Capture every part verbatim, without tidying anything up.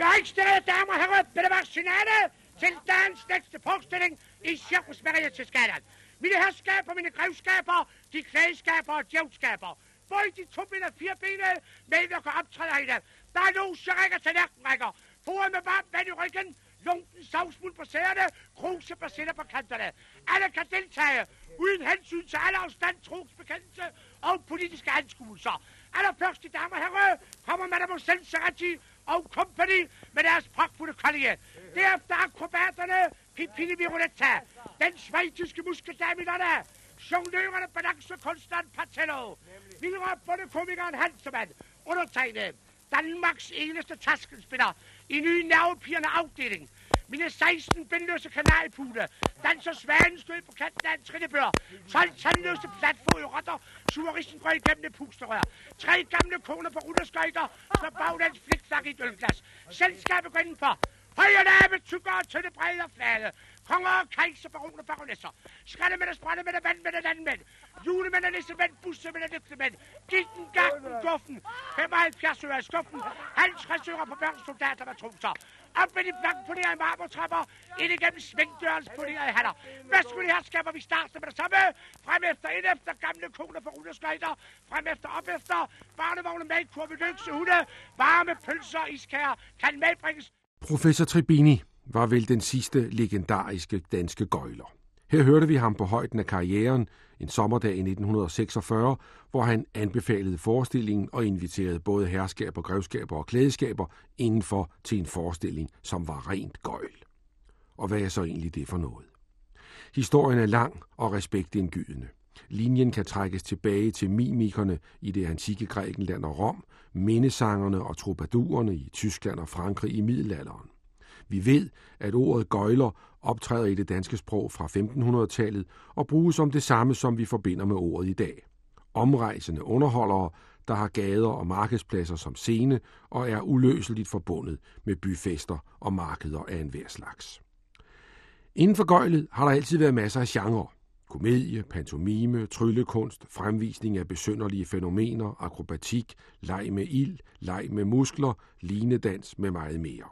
Begejstrede damer og herrer, vil det være signalet til dagens næste forestilling i Cirkus Maria til Skaderen. Mine herskaber, mine grevskaber, de klædeskaber og djævskaber. Både de to ben og fire benede medvirker optræder i det. Der er logerækker til nærkenrækker. Foret med varmt vand i ryggen. Lunken savsmuld på sæderne. Kruse på sætter på kanterne. Alle kan deltage. Uden hensyn til alle afstand, trosbekendelse og politiske anskuelser. Allerførst de damer og herrer kommer Mademoiselle Serati og company med deres pragtfulde kollige. Derefter akrobaterne Pipini Viruletta, den schweiziske muskeldamiderne, jonglørerne balancekunstneren Patello, vildere bundekomikeren Hansemann, undertegnet, Danmarks eneste taskenspiller i nye nervepirrende afdeling. Mine seksten bindløse kanalpugle danser svanestød på kanten af en trillebør. tolv tandløse platfodede rotter suger risengrøg gennem et pusterør. Tre gamle koner på rullerskøjter slår baglæns flikflak i et ølglas. Selskabet går indenfor. Høje lave, tykkere, tynde, brede og flade. Konger og kejser, baroner og baronesser. Skraldemænd og sprændemænd og vandmænd og landmænd. Julemænd og nissemænd, bussemænd og lygtemænd. Gitten, gakken, duffen. femoghalvfjerds øre i skuffen. halvtreds øre på børnssoldater med trusser. Op med de blankpolerede marmortrapper. Ind igennem svingdørens polerede hatter. Værsgo de herskaber, vi starter med det samme. Frem efter, ind efter, gamle koner på rullerskøjter. Frem efter, op efter. Barnevogne, madkurve, løgse hunde. Varme pølser og iskager kan medbringes. Professor Tribini var vel den sidste legendariske danske gøjler. Her hørte vi ham på højden af karrieren en sommerdag i nitten seksogfyrre, hvor han anbefalede forestillingen og inviterede både herskaber, grevskaber og klædeskaber indenfor til en forestilling, som var rent gøjl. Og hvad er så egentlig det for noget? Historien er lang og respektindgydende. Linjen kan trækkes tilbage til mimikerne i det antikke Grækenland og Rom, mindesangerne og troubadourerne i Tyskland og Frankrig i middelalderen. Vi ved, at ordet gøjler optræder i det danske sprog fra femtenhundredetallet og bruges som det samme, som vi forbinder med ordet i dag. Omrejsende underholdere, der har gader og markedspladser som scene og er uløseligt forbundet med byfester og markeder af enhver slags. Inden for gøjlet har der altid været masser af genrer. Komedie, pantomime, tryllekunst, fremvisning af besynderlige fænomener, akrobatik, leg med ild, leg med muskler, linedans med meget mere.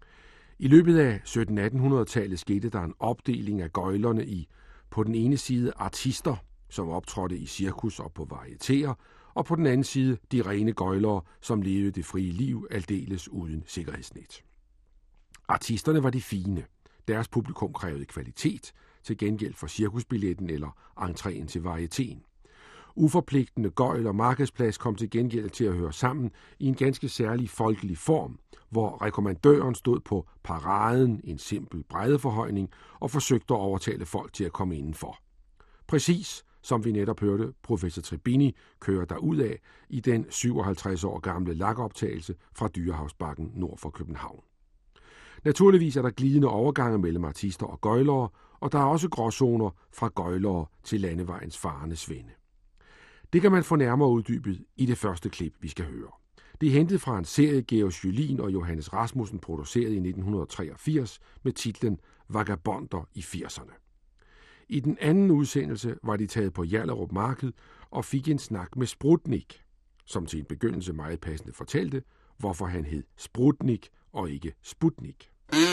I løbet af sytten-attenhundredetallet skete der en opdeling af gøjlerne i på den ene side artister, som optrådte i cirkus og på varietéer, og på den anden side de rene gøjlere, som levede det frie liv aldeles uden sikkerhedsnet. Artisterne var de fine. Deres publikum krævede kvalitet, til gengæld for cirkusbilletten eller entréen til varietéen. Uforpligtende gøjl og markedsplads kom til gengæld til at høre sammen i en ganske særlig folkelig form, hvor rekommandøren stod på paraden, en simpel breddeforhøjning, og forsøgte at overtale folk til at komme indenfor. Præcis som vi netop hørte professor Tribini køre derudad i den syvoghalvtreds år gamle lakoptagelse fra Dyrehavsbakken nord for København. Naturligvis er der glidende overgange mellem artister og gøjlere, og der er også gråzoner fra gøjlere til landevejens farende svende. Det kan man få nærmere uddybet i det første klip, vi skal høre. Det er hentet fra en serie, Georg Jølin og Johannes Rasmussen producerede i nitten treogfirs med titlen Vagabonder i firserne. I den anden udsendelse var de taget på Hjallerup Marked og fik en snak med Sprutnik, som til en begyndelse meget passende fortalte, hvorfor han hed Sprutnik og ikke Sputnik.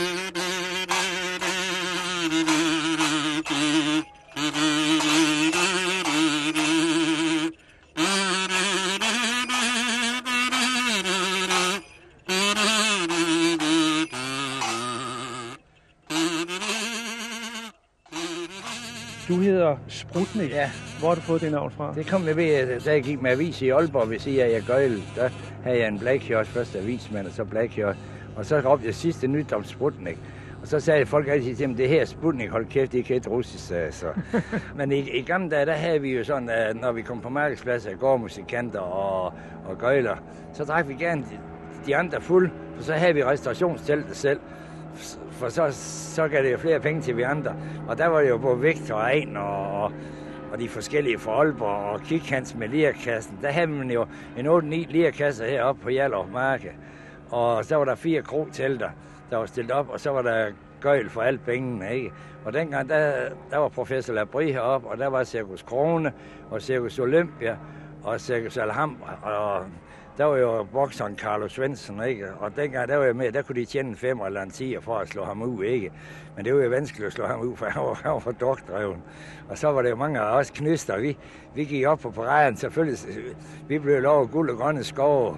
Du hedder Sprutnik. Ja. Hvor har du fået det navn fra? Det kom jeg ved, da jeg gik med avis i Aalborg, hvis jeg er gøjl. Der havde jeg en bladkiosk, først avismand og så bladkiosk. Og så råbte jeg sidste nyt om Sprutnik. Og så sagde folk altid til dem, det her Sputnik, hold kæft, det er ikke et russisk. Så. Men i, i gamle dage, der havde vi jo sådan, at når vi kom på markedspladser, gårdmusikanter og, og gøjler, så drak vi gerne de, de andre fuld, for så havde vi restaurationsteltet selv. For så, så gav det jo flere penge til vi andre. Og der var det jo både vægt og egen og, og de forskellige fra Aalborg og Kikhans med lirkassen. Der havde man jo en otte ni lirkasser heroppe på Hjallerup Marked. Og så var der fire krogtelter, der var stillet op, og så var der gøjl for alt pengene, ikke? Og dengang, der, der var professor Labrie heroppe, og der var Cirkus Krone og Cirkus Olympia og Cirkus Alhambra. Og der var jo bokseren Carlo Svensson, ikke? Og dengang, der var jeg med, der kunne de tjene en femmer eller en tier for at slå ham ud, ikke? Men det var jo vanskeligt at slå ham ud, for han var, han var for dogdreven. Og så var det jo mange af os knyster. Vi, vi gik op på paraden, selvfølgelig. Vi blev lovet guld og grønne skove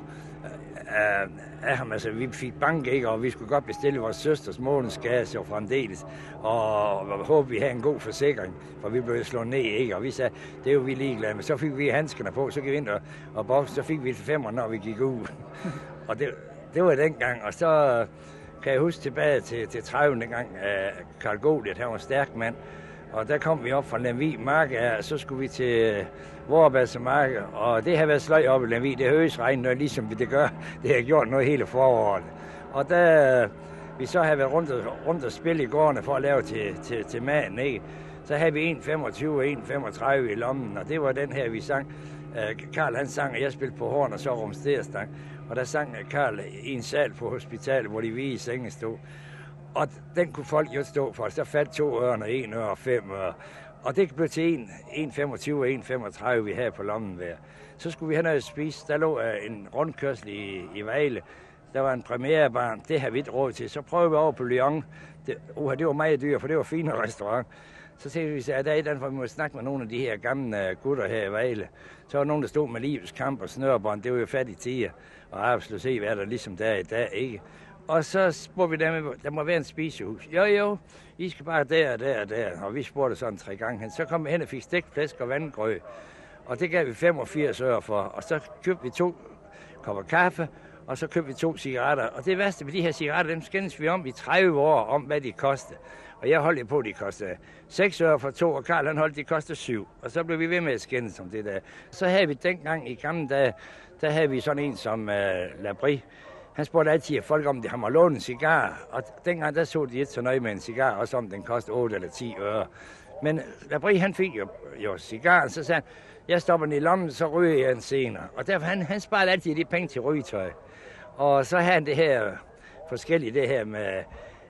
af, af ham. Altså, vi fik bank, ikke? Og vi skulle godt bestille vores søsters månedsgas og fremdeles. Og, og håbe, vi havde en god forsikring, for vi blev slået ned, ikke? Og vi sagde, det er jo vi ligeglade med. Så fik vi handskerne på, så gik vi ind og, og bokse, så fik vi femmer, når vi gik ud. Og det, det var dengang. Og så kan jeg huske tilbage til, til tredive dengang, at Karl Goliat, han var en stærk mand. Og der kom vi op fra Lemvig Mark, og så skulle vi til Vorbasse Mark, og det har været sløj op i Lemvig. Det højes regn, ligesom vi det gør. Det har gjort noget hele foråret. Og da vi så havde været rundt og, rundt og spille i gårdene for at lave til, til, til maden, ikke? Så havde vi en femogtyve og en femogtredive i lommen, og det var den her, vi sang. Karl han sang, og jeg spillede på horn, og så rumsterstang. Og der sang Karl i en sal på hospitalet, hvor de hvide senge stod. Og den kunne folk jo stå for. Så faldt to ørerne, en øre og fem øre. Og det blev til en femogtyve og en femogtredive, vi havde på lommen hver. Så skulle vi have noget at spise. Der lå en rundkørsel i, i Vejle. Der var en premierebarn. Det havde vi ikke råd til. Så prøvede vi over på Lyon. Det, uh, det var meget dyrt, for det var finere restaurant. Så tænkte vi, at der er et andet, for vi må snakke med nogle af de her gamle gutter her i Vejle. Så var nogen, der stod med livets kamp og snørebånd. Det var jo fattige tider. Og arbejdsløshed var der ligesom der i dag, ikke? Og så spurgte vi dem, der må være en spisehus. Jo, jo, I skal bare der og der og der. Og vi spurgte sådan tre gange hen. Så kom vi hen og fik stegt flæsk og vandgrød. Og det gav vi femogfirs øre for. Og så købte vi to kopper kaffe, og så købte vi to cigaretter. Og det værste med de her cigaretter, dem skændes vi om i tredive år, om hvad de kostede. Og jeg holdt på, at de kostede seks øre for to, og Karl han holdt, de kostede syv. Og så blev vi ved med at skændes om det der. Så havde vi dengang i gamle dage, der havde vi sådan en som uh, Labri. Han spurgte altid folk, om de har måttet låne en cigar. Og dengang, der så de ikke så nøje med en cigar, også om den kostede otte eller ti øre. Men Labri, han fik jo, jo cigar, så sagde han, jeg stopper den i lommen, så ryger jeg den senere. Og derfor, han, han sparede altid de penge til rygetøj. Og så havde han det her forskellige, det her med,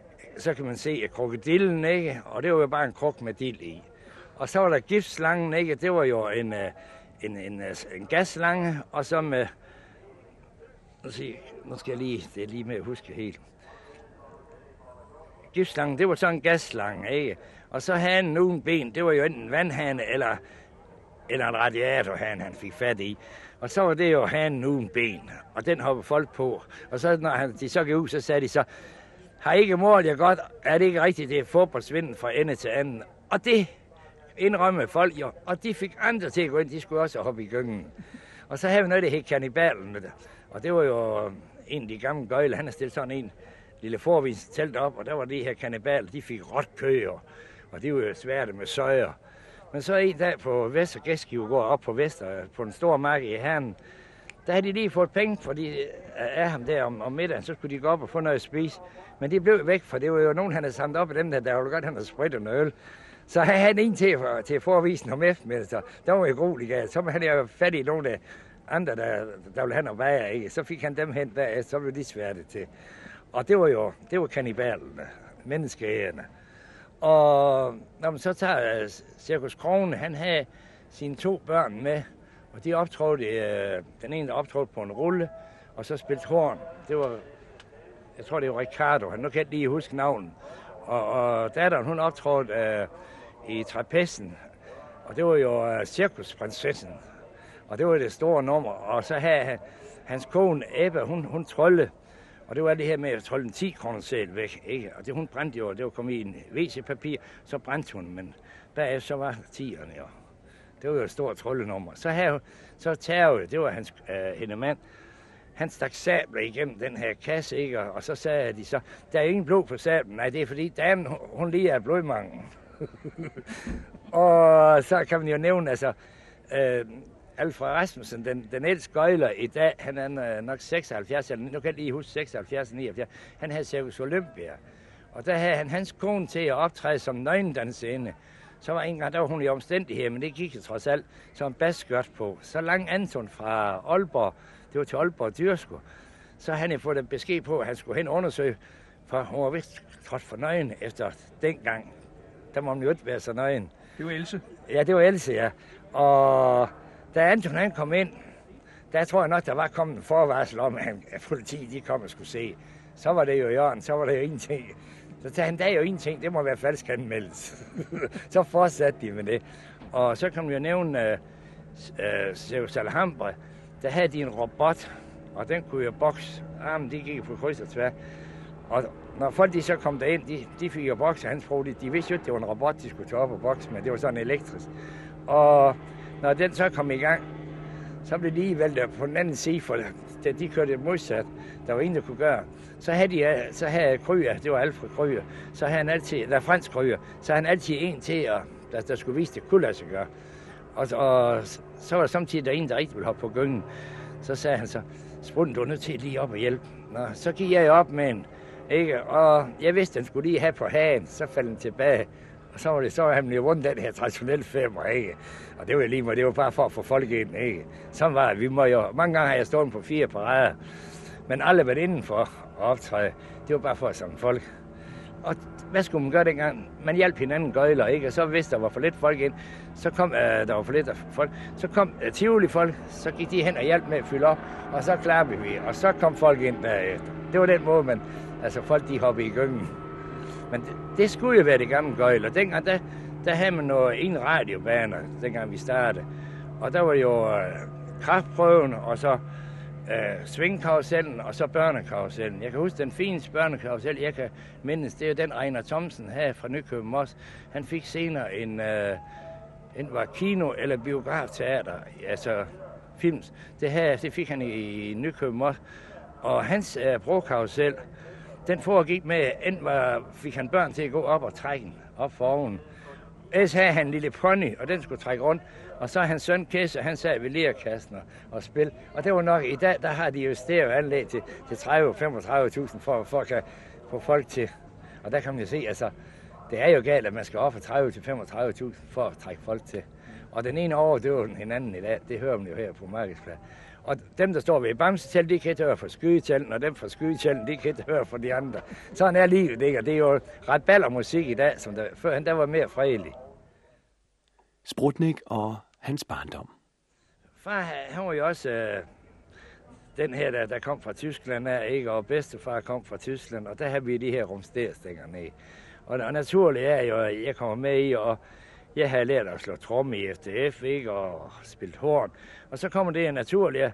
så kan man se krokodillen, ikke? Og det var jo bare en kruk med dild i. Og så var der giftslangen, ikke? Det var jo en, en, en, en gasslange, og så med, nu skal jeg lige, det er lige med at huske helt. Giftslangen, det var sådan en gasslange, ikke? Og så havde han nogle ben, det var jo enten en vandhane eller, eller en radiatorhane, han fik fat i. Og så var det jo hanen uden ben, og den hoppede folk på. Og så når han, de så gik ud, så sagde de så, har ikke målt jer godt, er det ikke rigtigt, det er fodboldsvinden fra ende til anden. Og det indrømmede folk jo, og de fik andre til at gå ind, de skulle også hoppe i gyngen. Og så havde vi noget, der hed kannibalen. Og det var jo en af de gamle gøjle, han havde stillet sådan en lille forvis telt op, og der var de her kannibaler, de fik råt køer, og det var jo svært med søjer. Men så en dag på Vester Gæstgive går op på Vester, på den store marked i Herren, der havde de lige fået penge fordi af ham der om, om middagen, så skulle de gå op og få noget at spise. Men de blev væk, for det var jo nogen, han havde samlet op af dem der, der var godt, han havde spredt en øl. Så havde han en til, for, til at forvise om eftermiddag, så der var jo grueligt galt. Så var han jo fat i nogle af andre, der, der ville han og være, ikke? Så fik han dem hen der, så blev de sværte til. Og det var jo, det var kannibalerne, menneskeægerne. Og når man så tager uh, Cirkus Krone, han havde sine to børn med, og de optrådte, uh, den ene der optrådte på en rulle, og så spillede horn. Det var, jeg tror det var Ricardo, han nu kan jeg lige huske navnet. Og, og datteren, hun optrådte uh, i Trapessen, og det var jo uh, Cirkusprinsessen, og det var det store nummer. Og så havde han, hans kone Ebba, hun, hun trølle. Og det var det her med at trolde en ti kroner seddel væk, ikke? Og det hun brændte jo, det var kommet i en W C-papir, så brændte hun, men bagefter så var tierne jo. Det var jo et stort trollenummer. Så her, så Terve, det var hans øh, hende mand, han stak sabler igennem den her kasse, ikke? Og så sagde de så, der er ingen blod på sablen. Nej, det er fordi damen, hun lige er blodmangel. Og så kan man jo nævne, altså, øh, Alfred Rasmussen, den, den ældste gøjler i dag, han er nok seksoghalvfjerds, eller nu kan jeg lige huske seksoghalvfjerds nioghalvfjerds, han havde Cirkus Olympia. Og der havde han hans kone til at optræde som nøgendansende. Så var en gang, der var hun i omstændighed, men det gik jo trods alt som basskørt på. Så lang Anton fra Aalborg, det var til Aalborg Dyrsko, så han havde fået en besked på, at han skulle hen og undersøge, for hun var vist trådt for nøgen efter dengang. Der må man jo ikke være så nøgen. Det var Else? Ja, det var Else, ja. Og da Anton han kom ind, der tror jeg nok, der var kommet en forvarsel om, at politiet de kom og skulle se. Så var det jo i orden, så var det jo ingenting. Så sagde han, der er jo ingenting, det må være falsk anmeldelse. Så fortsatte de med det. Og så kom vi jo nævne uh, uh, Salhambre, der havde de en robot, og den kunne jo bokse. Armen, de gik på kryds og tvær. Og når folk de så kom derind, de, de fik jo bokse, hans sprog, de, de vidste jo, at det var en robot, de skulle tage op og bokse med. Det var sådan elektrisk. Og når den så kom i gang, så blev de lige valgt på den anden side, for da de kørte modsat, der var ingen, der kunne gøre. Så havde, de, så havde Kryer, det var Alfred Kryer, så havde han altid, eller Frans Kryer, så havde han altid en til, at, der, der skulle vise, det kunne lade sig gøre. Og, og så var der samtidig der en, der rigtig ville hoppe på gyngen. Så sagde han så, Sprutten, du er nødt til lige op og hjælpe. Nå, så gik jeg op med en, ikke? Og jeg vidste, den skulle lige have på hagen, så faldt den tilbage. Og så var det så, at han blev vundet den her traditionelle femmer, ikke? Og det var lige mig, det var bare for at få folk ind, ikke? Sådan var det, vi må jo, mange gange har jeg stået på fire parader, men aldrig været indenfor at optræde. Det var bare for at samle folk. Og hvad skulle man gøre dengang? Man hjalp hinanden gøjler, ikke? Og så hvis der var for lidt folk ind, så kom, øh, der var for lidt folk, så kom øh, Tivoli folk, så gik de hen og hjalp med at fylde op, og så klappede vi, og så kom folk ind bagefter. Det var den måde, man, altså folk de hoppede i gyngen. Men det, det skulle jo være det gamle gøjl, og dengang, der, der havde man noget en radiobaner, dengang vi startede. Og der var jo øh, kraftprøven, og så øh, svingkarusellen, og så børnekarusellen. Jeg kan huske den fineste børnekarusel, jeg kan mindes, det er jo den Ejner Thomsen her fra Nykøbing Mors. Han fik senere en, øh, en var kino- eller biografteater, altså films. Det her, det fik han i, i Nykøbing Mors. Og hans øh, brokarusel, den foregik med, enten var, fik han børn til at gå op og trække den op for oven. Ellers havde han en lille pony, og den skulle trække rundt. Og så hans søn Kesse, han sad ved lerkassen og, og spil. Og det var nok, i dag, der har de jo stereoanlæg til, til tredive til femogtredive tusind for, for at kan få folk til. Og der kan man jo se, altså, det er jo galt, at man skal ofre tredive til femogtredive tusind for at trække folk til. Og den ene overdøver hinanden i dag, det hører man jo her på Markedsplads. Og dem, der står ved bamsetæl, de kan ikke høre for skydetællen, og dem fra skydetællen, de kan ikke høre for de andre. Sådan er livet, ikke? Og det er jo ret baller musik i dag, som der, førhen der var mere fredelig. Sputnik og hans barndom. Far, han var jo også øh, den her, der, der kom fra Tyskland af, ikke? Og bedstefar kom fra Tyskland, og der havde vi de her rumsterstænger ned. Og, og naturligt er jo, at jeg kommer med i, og jeg havde lært at slå tromme i F D F, ikke? Og spille horn. Og så kommer det naturligt,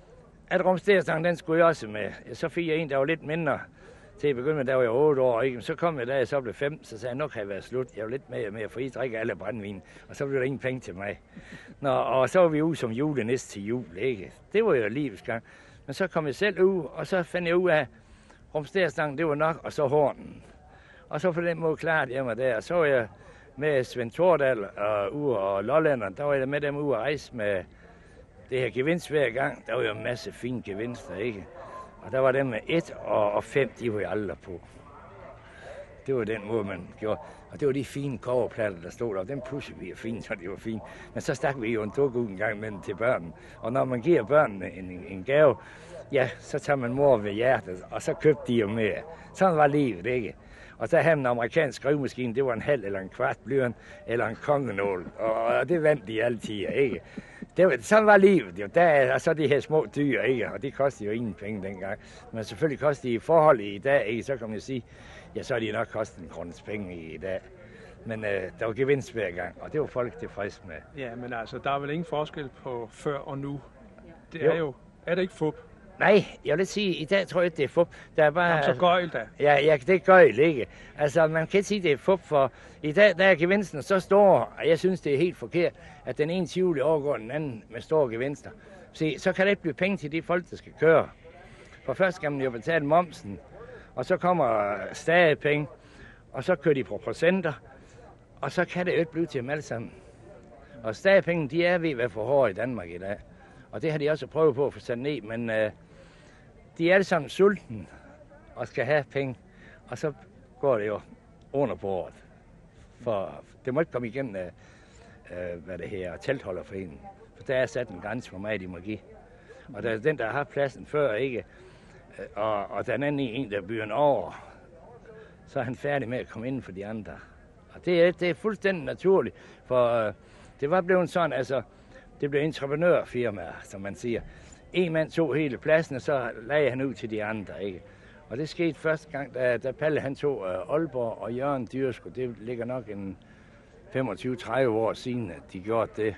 at rumsterstangen, den skulle jeg også med. Så fik jeg en, der var lidt mindre til at begynde med, der var jeg otte år, ikke? Så kom jeg, da jeg så blev fem, så sagde jeg, nu kan jeg være slut. Jeg var lidt med, med for I drikker alle brændvin, og så blev der ingen penge til mig. Nå, og så var vi ude som julenæst til jul, ikke? Det var jo livets gang. Men så kom jeg selv ud, og så fandt jeg ud af, rumsterstangen, det var nok, og så hornen. Og så på den måde klarede jeg mig der, og så var jeg med Svend Tordal og ude og Lollanderen, der var jeg med dem ude at rejse med det her gevinst hver gang. Der var jo en masse fine gevinster, ikke? Og der var dem med et og, og fem, de var jeg aldrig på. Det var den måde, man gjorde. Og det var de fine kobberplatter, der stod der. Og dem pudsede vi jo fint, så det var fint. Men så stak vi jo en dukke ud en gang imellem til børnene. Og når man giver børnene en, en gave, ja, så tager man mor ved hjertet, og så købte de jo mere. Sådan var livet, ikke? Og så havde man en amerikansk skrivemaskine, det var en halv eller en kvart blyant, eller en kongenål. Og, og det vandt de altid, ikke? Det var, sådan var livet jo. Der er så de her små dyr, ikke? Og det kostede jo ingen penge dengang. Men selvfølgelig kostede de i forhold i dag, ikke? Så kan man jo sige, ja, så er de nok kostet en krones penge i dag. Men øh, der var gevinst hver gang, og det var folk tilfreds med. Ja, men altså, der er vel ingen forskel på før og nu. Det er jo, jo er det ikke fup? Nej, jeg vil sige, i dag tror jeg ikke, det er fup. Der er bare, Jamen, så gøjl da. Ja, ja, det er gøjl, ikke? Altså, man kan ikke sige, det er fup, for i dag der er gevinsten så stor, og jeg synes, det er helt forkert, at den ene Tivoli overgår den anden med store gevinster. Se, så kan der ikke blive penge til de folk, der skal køre. For først skal man jo betale momsen, og så kommer stadig penge, og så kører de på procenter, og så kan det jo ikke blive til dem alle sammen. Og stadig penge, de er ved at være for hårde i Danmark i dag. Og det har de også prøvet på at få sat ned, men øh, de er alle sammen sultne og skal have penge. Og så går det jo under bordet. For det må ikke komme igennem, øh, øh, hvad det her, teltholderforeningen. For der er sat en grænse for mig, de må give. Og der er den, der har pladsen før, ikke? Og, og den anden en, der byer over, så er han færdig med at komme ind for de andre. Og det er, det er fuldstændig naturligt, for øh, det var blevet sådan, altså, det blev entreprenørfirmaer, som man siger. en mand tog hele pladsen, og så lagde han ud til de andre, ikke? Og det skete første gang, da, da Palle han tog uh, Aalborg og Jørgen Dyrsko. Det ligger nok en femogtyve til tredive år siden, at de gjorde det.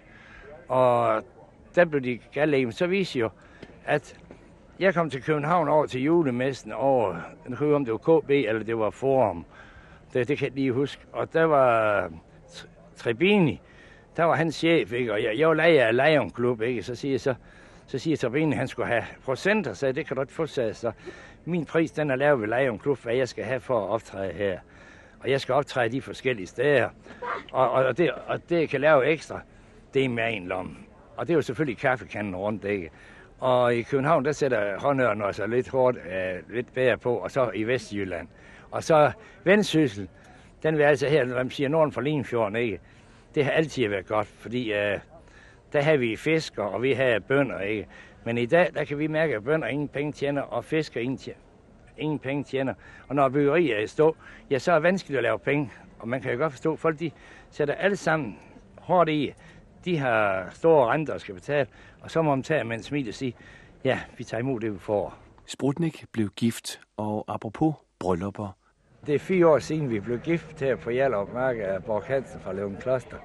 Og der blev de galde. Så viste jo, at jeg kom til København over til julemessen over, jeg ved om det var K B eller det var Forum. Det, det kan jeg lige huske. Og der var Trebini, der var hans chef, ikke? Og jeg, jeg var lejer af Lion Klub, ikke? Så siger så, så siger Trebini, at han skulle have procenter, så det kan du ikke få, så min pris, den er lavet ved Lion Klub, hvad jeg skal have for at optræde her. Og jeg skal optræde de forskellige steder. Og, og, det, og det, jeg kan lave ekstra, det er med en lomme. Og det er jo selvfølgelig kaffekanden rundt, ikke? Og i København, der sætter håndøren også lidt hårdt, øh, lidt bedre på, og så i Vestjylland. Og så Vendsyssel, den vil altså her, når man siger Norden for Limfjorden, ikke? Det har altid været godt, fordi øh, der har vi fisker, og vi har bønder, ikke? Men i dag, der kan vi mærke, at bønder ingen penge tjener, og fisker ingen, tjener, ingen penge tjener. Og når byggeri er i stå, ja, så er det vanskeligt at lave penge. Og man kan jo godt forstå, at folk de sætter alle sammen hårdt i. De har store renter og skal betale, og så må man tage med en smil og sige, ja, vi tager imod det, vi får. Sputnik blev gift, og apropos bryllupper. Det er fire år siden, vi blev gift her på Hjallerup Mark af Borg Hansen fra Løven Kloster.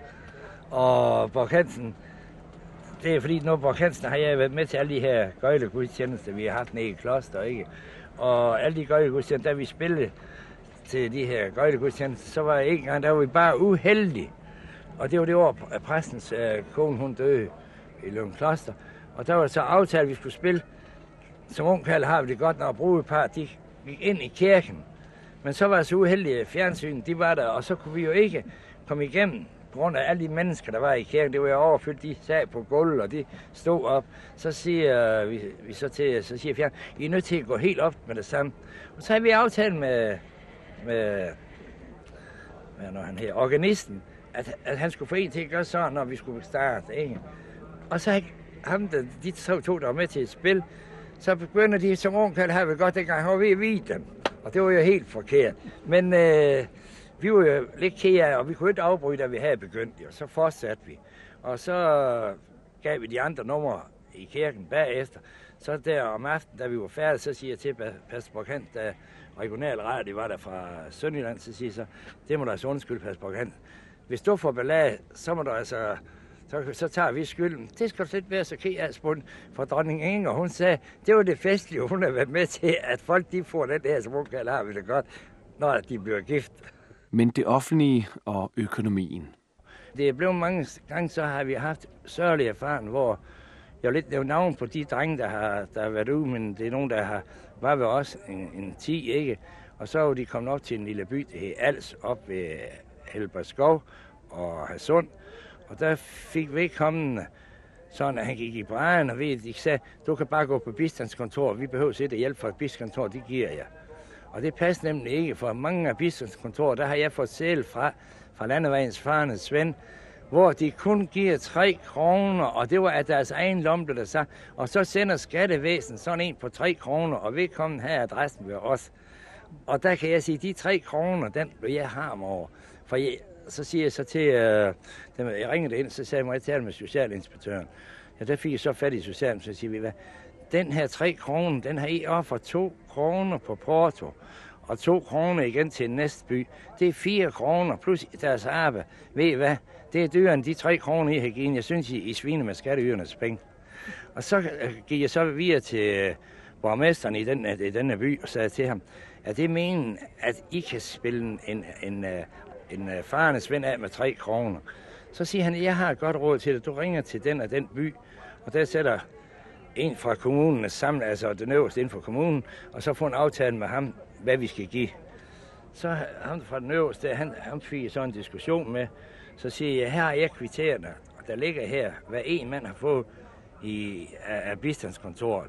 Og Borg Hansen, det er fordi, nu Borg Hansen har jeg været med til alle de her gøjlegudstjenester, vi har haft nede i kloster, ikke? Og alle de gøjlegudstjenester, da vi spillede til de her gøjlegudstjenester, så var en gang, der var vi bare uheldige. Og det var det år, at præstens øh, kone, hun døde i Løven Kloster. Og der var så aftalt, at vi skulle spille. Som ungkald har vi det godt, når brudepar, de gik ind i kirken. Men så var det så uheldige fjernsyn, de var der, og så kunne vi jo ikke komme igennem på grund af alle de mennesker, der var i kirken. Det var jo overfyldt, de sag på gulvet, og de stod op. Så siger vi, vi så til, så siger fjern, I er nødt til at gå helt op med det samme. Og så har vi aftalt med, med, med når han her, organisten, at, at han skulle få en til at gøre sådan, når vi skulle starte, ikke? Og så ham, der, de to, der var med til et spil, så begynder de som ungkald, have det godt dengang, han var ved at vide dem. Og det var jo helt forkert. Men øh, vi var jo lidt kede af, og vi kunne ikke afbryde, da vi havde begyndt, og så fortsatte vi. Og så gav vi de andre numre i kirken bagefter. Så der om aftenen, da vi var færdige, så siger jeg til Pastor Borg-Hansen, da regional radio var der fra Sønderjylland, så siger jeg så, det må du altså undskylde, Pastor Borg-Hansen. Hvis du får ballade, så må du altså, så, så tager vi skylden. Det skal du slet være så ked af, spurgte for dronning Inger. Hun sagde, det var det festlige, hun har været med til, at folk de får den der, som hun kalder, har vi det godt, når de bliver gift. Men det offentlige og økonomien. Det er blevet mange gange, så har vi haft sørgelige erfaring, hvor jeg vil lidt lave navn på de drenge, der har, der har været ude, men det er nogen, der har var ved os en, en ti, ikke? Og så er de kommet op til en lille by, det hedder Als, op ved Helberskov og Hadsund. Og der fik vedkommende sådan, at han gik i brænden, og ved, de sagde, du kan bare gå på bistandskontor, vi behøver ikke hjælp fra et bistandskontor, det giver jeg. Og det passer nemlig ikke, for mange af bistandskontorer, der har jeg fået selv fra, fra Landevejens Farnes Svend, hvor de kun giver tre kroner, og det var af deres egen lomme, der sagde, og så sender skattevæsen sådan en på tre kroner, og vedkommende her adressen ved os. Og der kan jeg sige, de tre kroner, den vil jeg harm over. For jeg, så siger jeg så til, øh, dem, jeg ringede ind, så sagde jeg, må jeg tale med socialinspektøren. Ja, der fik jeg så fat i socialen, så siger vi, hvad? Den her tre kroner, den har I offeret to kroner på Porto, og to kroner igen til næste by. Det er fire kroner plus deres arbejde. Ved I hvad? Det er dyrere end de tre kroner, I har givet. Jeg synes, I, I sviner med skatteydernes penge. Og så øh, gik jeg så videre til øh, borgmesteren i den, i denne by og sagde til ham, at det mener, at I kan spille en, en, en, en farende Svend af med tre kroner. Så siger han, jeg har et godt råd til dig. Du ringer til den og den by, og der sætter en fra kommunen sammen, altså den øverste inden for kommunen, og så får en aftale med ham, hvad vi skal give. Så ham fra den øverste, han, han fik så en diskussion med, så siger jeg, her er jeg kvitterende, og der ligger her, hvad en mand har fået i, af, af bistandskontoret.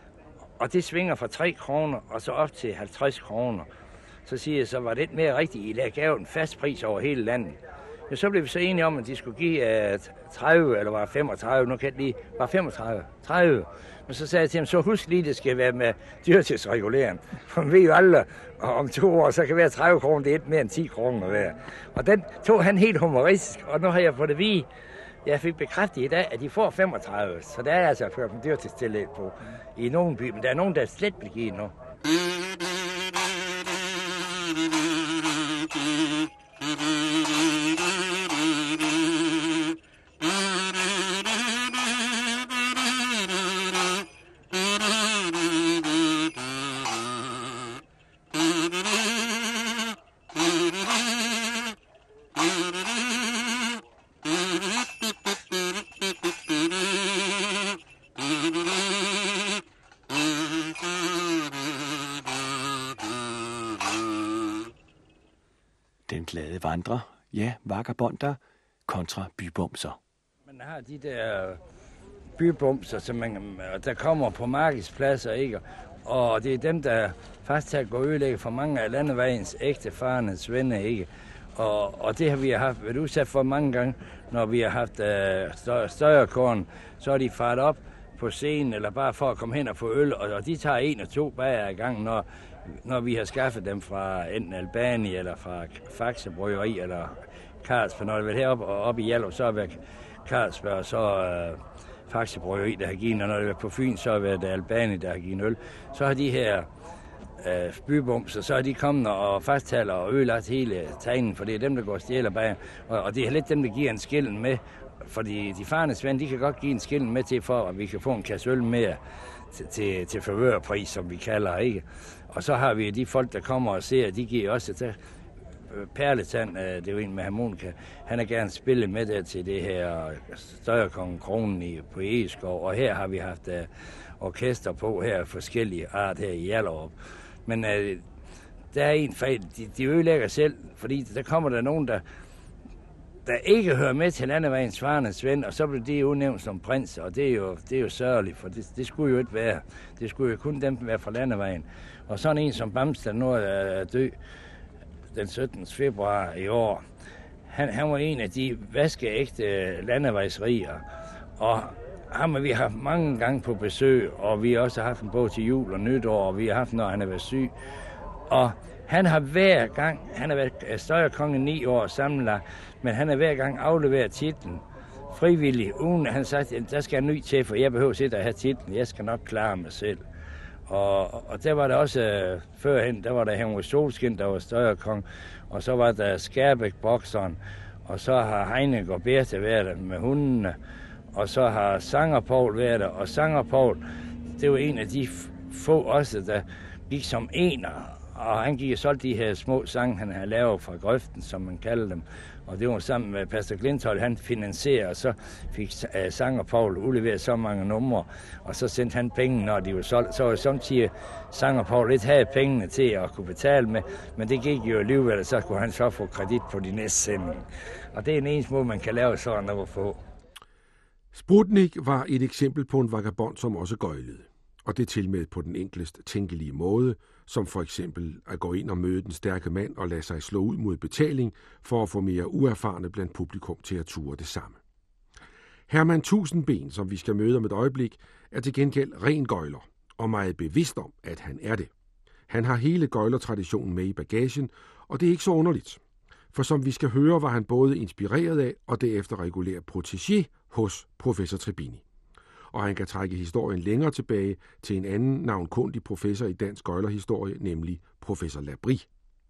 Og det svinger fra tre kroner og så op til halvtreds kroner. Så siger jeg, så var det mere rigtigt, I lagde gav en fast pris over hele landet. Ja, så blev vi så enige om, at de skulle give uh, tredive, eller var femogtredive, nu kan jeg lige, var femogtredive, tredive. Men så sagde jeg til ham, så husk lige, det skal være med dyrtidsregulering. For man ved jo aldrig, og om to år, så kan det være tredive kroner, det er et mere end ti kroner hver. Og den tog han helt humoristisk, og nu har jeg fået det vide Jeg fik bekræftet i dag, at de får femogtredive, så der er altså ført en dyrtidstillæg på i nogle byer, men der er nogen, der slet vil give nu. Den glade vandrer, ja, vagabonder, kontra bybumser. Man har de der bybumser, som man, der kommer på markedspladser, ikke? Og det er dem, der faktisk har gået ødelægge for mange af landevejens ægte farnes venner, ikke? Og, og det har vi haft været udsat for mange gange, når vi har haft øh, større, større korn, så er de faret op på scenen, eller bare for at komme hen og få øl, og, og de tager en og to bager i gang, når, når vi har skaffet dem fra enten Albani, eller fra Faxe Bryggeri, eller Carlsberg. Når det er heroppe og op i Hjallerup, så er det Carlsberg, og så øh, Faxe Bryggeri, der har givet, og når det er på Fyn, så er det Albani, der har givet øl. Så har de her øh, bybumser, så er de kommet og fasttaler og ødelagt hele tegnen, for det er dem, der går og stjæler bag. Og, og det er lidt dem, der giver en skillen med, fordi de farnes ven, de kan godt give en skillen med til, for at vi kan få en kasse øl mere til, til, til forvørpris, som vi kalder, ikke? Og så har vi de folk, der kommer og ser, de giver også til Perletand, det er jo en med harmonika, han har gerne spillet med der til det her Støjerkongen Kronen i, på Egeskov, og her har vi haft uh, orkester på her, forskellige art her i Hjallerup. Men uh, der er en fejl, de, de ødelægger selv, fordi der kommer der nogen, der der ikke hører med til landevejens svarende ven, og så bliver de udnævnt som prins, og det er jo, det er jo sørgeligt, for det, det skulle jo ikke være. Det skulle jo kun dem være fra landevejen. Og sådan en som Bams, der nu er død den syttende februar i år, han, han var en af de vaskeægte landevejsriger, og ham har vi haft mange gange på besøg, og vi har også haft en bog til jul og nytår, og vi har haft, når han har været syg. Og han har hver gang, han har været støjerkonge ni år sammenlagt, men han har hver gang afleveret titlen frivillig, uden at han sagt, at der skal en ny til, for jeg behøver ikke at have titlen, jeg skal nok klare mig selv. Og, og der var der også uh, førhen, der var der Henrik Solskin, der var støjerkonge, og så var der Skærbæk-bokseren, og så har Heinek og Bertha været der med hundene, og så har Sanger Poul været der, og Sanger Poul, det var en af de få også, der gik som ener, og han gik og solgte de her små sange, han havde lavet fra grøften, som man kalder dem. Og det var sammen med Pastor Glinthold, han finansierer, og så fik uh, Sanger Poul udleveret så mange numre, og så sendte han penge, når de var solgt. Så var det samtidig Sanger Poul lidt havde pengene til at kunne betale med, men det gik jo alligevel, og så kunne han så få kredit på de næste sending. Og det er en eneste måde, man kan lave sådan noget få. Sputnik var et eksempel på en vagabond, som også gøjlede. Og det tilmed på den enklest tænkelige måde, som for eksempel at gå ind og møde den stærke mand og lade sig slå ud mod betaling for at få mere uerfarne blandt publikum til at ture det samme. Herman Tusindben, som vi skal møde om et øjeblik, er til gengæld ren gøjler og meget bevidst om, at han er det. Han har hele gøjlertraditionen med i bagagen, og det er ikke så underligt. For som vi skal høre, var han både inspireret af og derefter regulær protégé hos professor Tribini. Og han kan trække historien længere tilbage til en anden navnkundig professor i dansk gøjlerhistorie, nemlig professor Labri.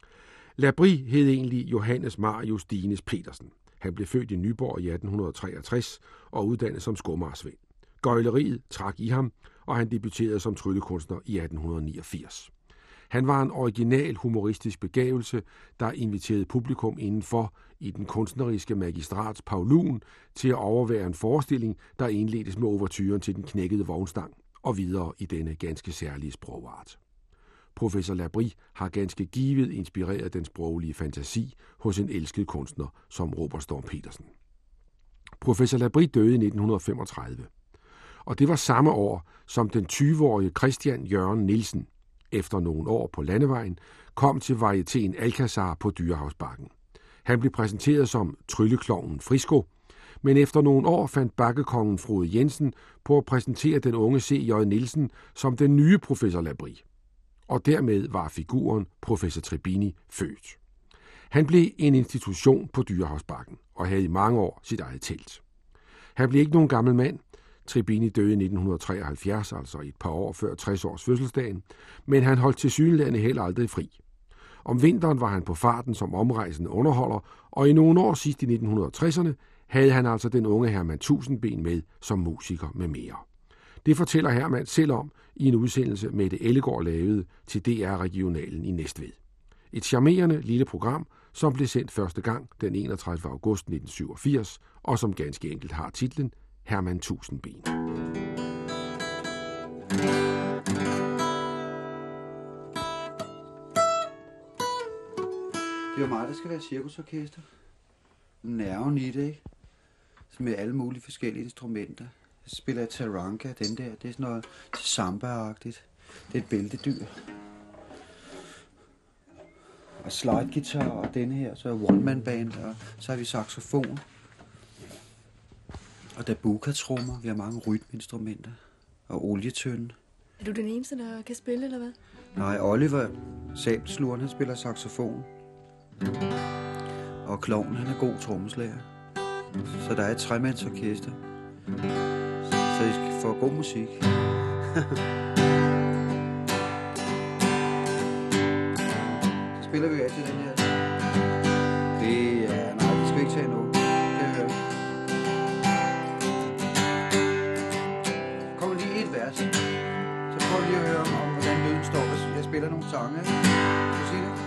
Labri hed egentlig Johannes Marius Dines Petersen. Han blev født i Nyborg i atten treogtres og uddannet som skomagersvend. Gøjleriet trak i ham, og han debuterede som tryllekunstner i atten niogfirs. Han var en original humoristisk begævelse, der inviterede publikum indenfor i den kunstneriske magistrats Paulun til at overvære en forestilling, der indledtes med ouverturen til den knækkede vognstang og videre i denne ganske særlige sprogart. Professor Labri har ganske givet inspireret den sproglige fantasi hos en elsket kunstner som Robert Storm Petersen. Professor Labri døde i nitten femogtredive, og det var samme år, som den tyve-årige Christian Jørgen Nielsen, efter nogle år på landevejen, kom til varietéen Alcazar på Dyrehavsbakken. Han blev præsenteret som trylleklovnen Frisco, men efter nogle år fandt bakkekongen Frode Jensen på at præsentere den unge C J Nielsen som den nye professor Labri. Og dermed var figuren professor Tribini født. Han blev en institution på Dyrehavsbakken og havde i mange år sit eget telt. Han blev ikke nogen gammel mand. Tribini døde i nitten treoghalvfjerds, altså et par år før tres års fødselsdagen, men han holdt tilsyneladende heller aldrig fri. Om vinteren var han på farten som omrejsende underholder, og i nogle år sidst i nitten tresserne havde han altså den unge Herman Tusindben med som musiker med mere. Det fortæller Herman selv om i en udsendelse, Mette Ellegaard lavede til D R-regionalen i Næstved. Et charmerende lille program, som blev sendt første gang den enogtredivte august nitten syvogfirs, og som ganske enkelt har titlen Herman Tusindben. Det er jo mig, der skal være cirkusorkester. Nerven i det, ikke? Så med alle mulige forskellige instrumenter. Jeg spiller taranka, den der. Det er sådan noget samba-agtigt. Det er et bæltedyr. Og slide-guitar og denne her, så er one-man-band, og så har vi saxofon. Og dabuka-trommer. Vi har mange rytmeinstrumenter. Og olietønde. Er du den eneste, der kan spille, eller hvad? Nej, Oliver Sabelsluren, han spiller saxofon. Og Klovnen, han er god trommeslager. Så der er et tremandsorkester. Så I skal få god musik. Så spiller vi altid den her. Det er... Nej, det skal vi ikke tage nu. Kan jeg høre. Så kommer lige et vers. Så prøv lige at høre om, hvordan lyden står. Jeg spiller nogle sange. Kan du sige det?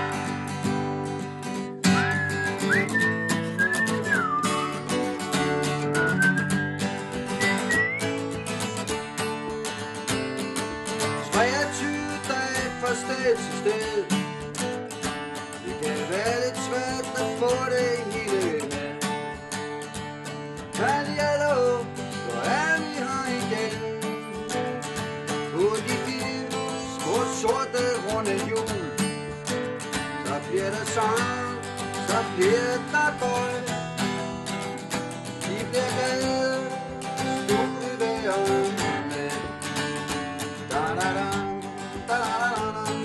Sted til sted. Det kan være lidt svært at få det hele med. Men hallo, så er vi her igen. På de fire små sorte runde hjul. Så bliver der sang, så bliver der bøj. De bliver glade, stod der med. Da da da, da da da.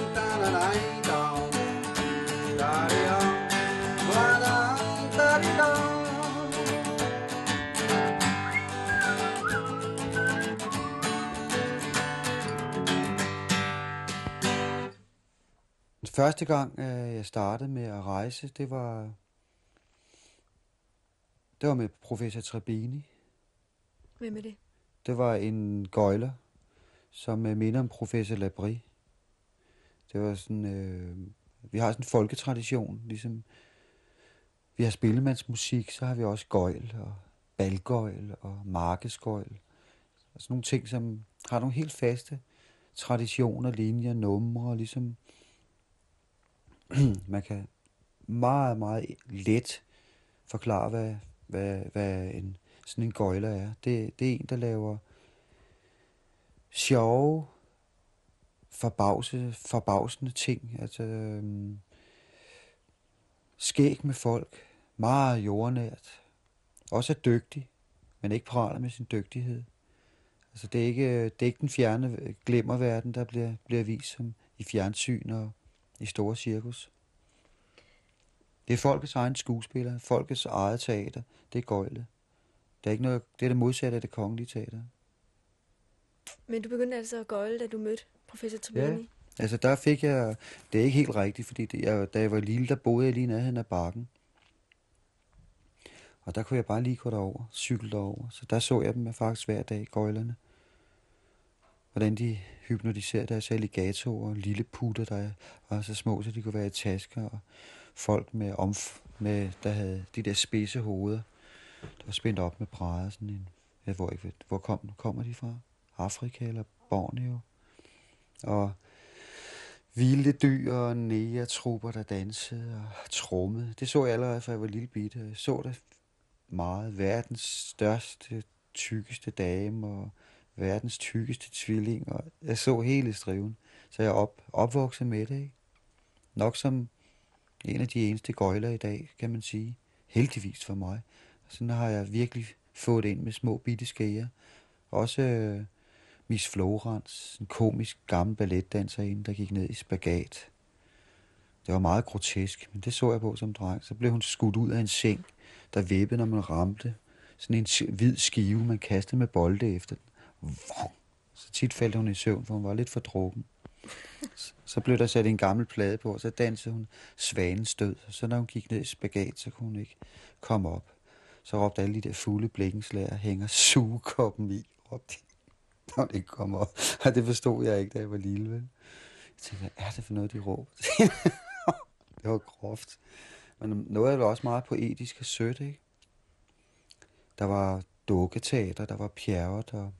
Første gang, jeg startede med at rejse, det var, det var med professor Tribini. Hvem er det? Det var en gøjler, som minder om professor Labrie. Det var sådan, øh, vi har sådan en folketradition, ligesom vi har spillemandsmusik, så har vi også gøjl og balgøjl og markedsgøjl. Og sådan nogle ting, som har nogle helt faste traditioner, linjer, numre, ligesom man kan meget, meget let forklare, hvad, hvad, hvad en, sådan en gøjler er. Det, det er en, der laver sjove, forbavse, forbavsende ting. Altså øhm, skæg med folk, meget jordnært. Også er dygtig, men ikke praler med sin dygtighed. Altså det er ikke, det er ikke den fjerne glimmerverden, der bliver, bliver vist som i fjernsyn og i store cirkus. Det er folkets egen skuespiller, folkets eget teater. Det er gøjlet. Det er ikke noget, det er det modsatte af det kongelige teater. Men du begyndte altså at gøjle, da du mødte professor Tribini? Ja, altså der fik jeg, det er ikke helt rigtigt, fordi det, jeg, da jeg var lille, der boede jeg lige nærheden af bakken. Og der kunne jeg bare lige gå derover, cykle derover. Så der så jeg dem faktisk hver dag, gøjlerne. Hvordan de hypnotiserede deres alligatorer, lille putter, der var så små, så de kunne være i tasker, og folk med, omf- med der havde de der spidse hoveder, der var spændt op med brædder, sådan en, jeg ved ikke, hvor kom, kommer de fra? Afrika eller Borneo? Og vilde dyr og negertrupper, der dansede og trommede. Det så jeg allerede, fra jeg var lille bitte. Jeg så det meget. Verdens største, tykkeste dame og verdens tykkeste tvilling. Og jeg så hele striven. Så jeg er op, opvokset med det, ikke? Nok som en af de eneste gøjler i dag, kan man sige. Heldigvis for mig. Sådan har jeg virkelig fået ind med små bitte skæger. Også øh, Miss Florence, en komisk gammel balletdanserinde, der gik ned i spagat. Det var meget grotesk, men det så jeg på som dreng. Så blev hun skudt ud af en seng, der vippede, når man ramte sådan en hvid skive, man kastede med bolde efter den. Så tit faldt hun i søvn, for hun var lidt for drukken. Så blev der sat en gammel plade på, og så dansede hun Svanens Død. Og så når hun gik ned i spagat, så kunne hun ikke komme op. Så råbte alle de der fulde blikkenslager, hænger sugekoppen i, råbte de. Når hun ikke kom op. Og det forstod jeg ikke, da jeg var lille, vel? Jeg tænkte, hvad er det for noget, de råber? Det var groft. Men noget af det var også meget poetisk og sødt, ikke? Der var dukketeater, der var Pjerrot, og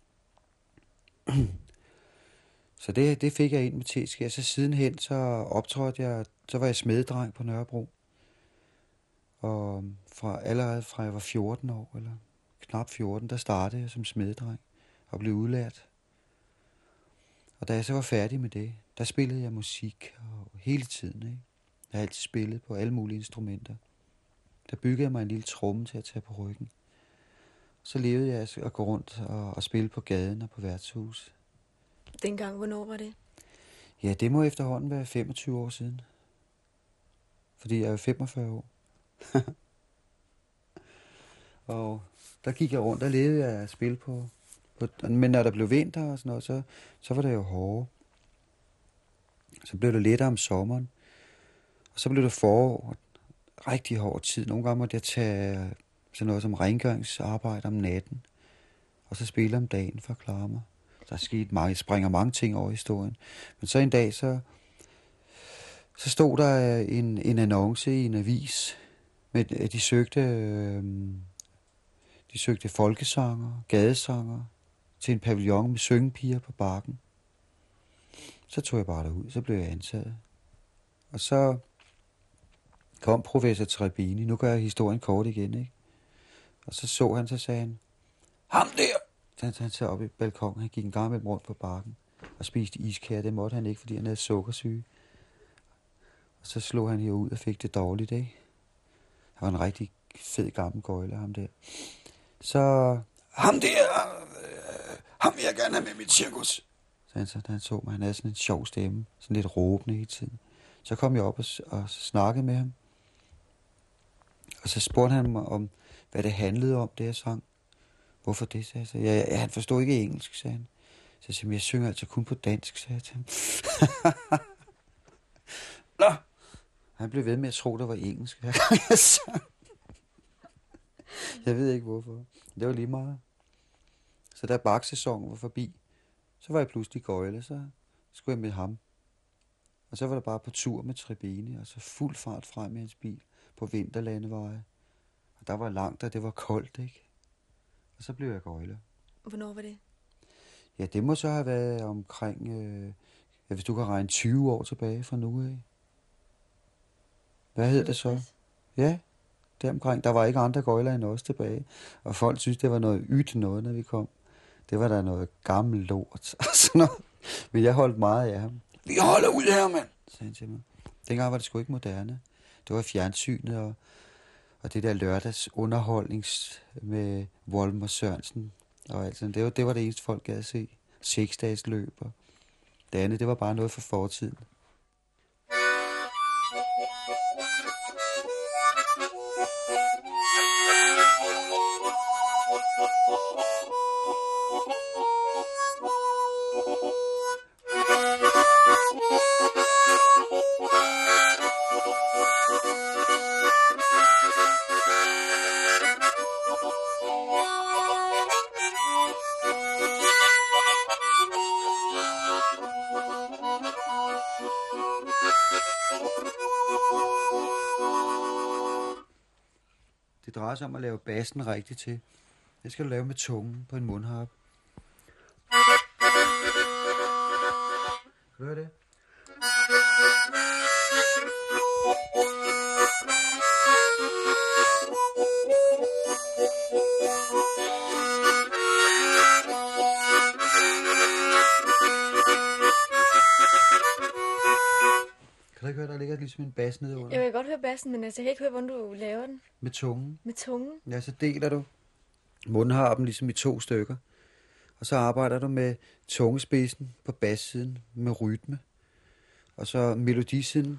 så det, det fik jeg ind med teskær. Så sidenhen, så optrådte jeg, så var jeg smededreng på Nørrebro. Og fra, allerede fra jeg var fjorten år, eller knap fjorten, der startede jeg som smededreng og blev udlært. Og da jeg så var færdig med det, der spillede jeg musik og hele tiden, ikke? Jeg har altid spillet på alle mulige instrumenter. Der byggede jeg mig en lille tromme til at tage på ryggen. Så levede jeg at gå rundt og, og spille på gaden og på værtshus. Dengang, hvornår var det? Ja, det må efterhånden være femogtyve år siden. Fordi jeg er jo femogfyrre år. Og der gik jeg rundt og levede jeg at spille på, på... Men når der blev vinter og sådan noget, så, så var det jo hårdt. Så blev det lettere om sommeren. Og så blev det forår. Rigtig hård tid. Nogle gange måtte jeg tage sådan noget som rengøringsarbejde om natten. Og så spille om dagen for at klare mig. Der er sket mange, jeg springer mange ting over i historien. Men så en dag, så, så stod der en, en annonce i en avis. Med, at de søgte, øh, de søgte folkesanger, gadesanger til en pavillon med syngepiger på Bakken. Så tog jeg bare derud, så blev jeg ansat. Og så kom professor Trebini. Nu gør jeg historien kort igen, ikke? Og så så han, så sagde han, ham der! Så han sad op i balkonen, han gik en gang med rundt på Bakken og spiste iskær. Det måtte han ikke, fordi han havde sukkersyge. Og så slog han herud og fik det dårligt, ikke? Han var en rigtig fed gammel gøjler, ham der. Så, ham der, øh, ham vil jeg gerne have med mit cirkus. Så han, så, da han så mig, han havde sådan en sjov stemme, sådan lidt råbende hele tiden. Så kom jeg op og, og snakkede med ham. Og så spurgte han mig om, hvad det handlede om, det jeg sang. Hvorfor det, sagde jeg så. Ja, ja, han forstod ikke engelsk, sagde han. Så jeg sagde, jeg synger altså kun på dansk, sagde jeg til ham. Nå! Han blev ved med at tro, der var engelsk, hver gang jeg sang. Jeg ved ikke hvorfor. Det var lige meget. Så da baksæsonen var forbi, så var jeg pludselig gøjle, så skulle jeg med ham. Og så var der bare på tur med Trebini, og så fuld fart frem i hans bil på vinterlandeveje. Og der var langt, og det var koldt, ikke? Og så blev jeg gøjle. Hvornår var det? Ja, det må så have været omkring, øh, ja, hvis du kan regne tyve år tilbage fra nu af. Hvad hed det så? Ja, deromkring. Der var ikke andre gøjler end os tilbage. Og folk synes, det var noget ydt noget, når vi kom. Det var der noget gammelt lort og sådan noget. Men jeg holdt meget af ham. Vi holder ud her, mand, sagde han til mig. Dengang var det sgu ikke moderne. Det var fjernsynet og, og det der lørdags underholdnings med Wolm og Sørensen og alt sådan. Det var, det var det eneste folk gad at se. Seksdages løb og det andet, det var bare noget for fortiden. Det drejer sig om at lave bassen rigtigt til. Det skal du lave med tungen på en mundharpe. Kan du høre det? Kan du ikke høre, der ligger ligesom en bas nede under? Jeg vil godt høre bassen, men altså, jeg kan ikke høre, hvordan du laver den. Med tungen. Med tungen? Ja, så deler du mundharpen ligesom i to stykker. Og så arbejder du med tungespidsen på bassiden med rytme. Og så melodisiden.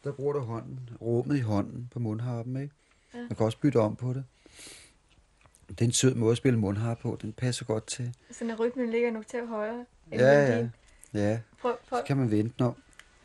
der bruger du hånden, rummet i hånden på mundharpen, ikke? Ja. Man kan også bytte om på det. Det er en sød måde at spille mundharp på. Den passer godt til. Så når rytmen ligger nok til højre? end Ja, ja. melodien. Ja, Prøv, prøv. så kan man vente den om.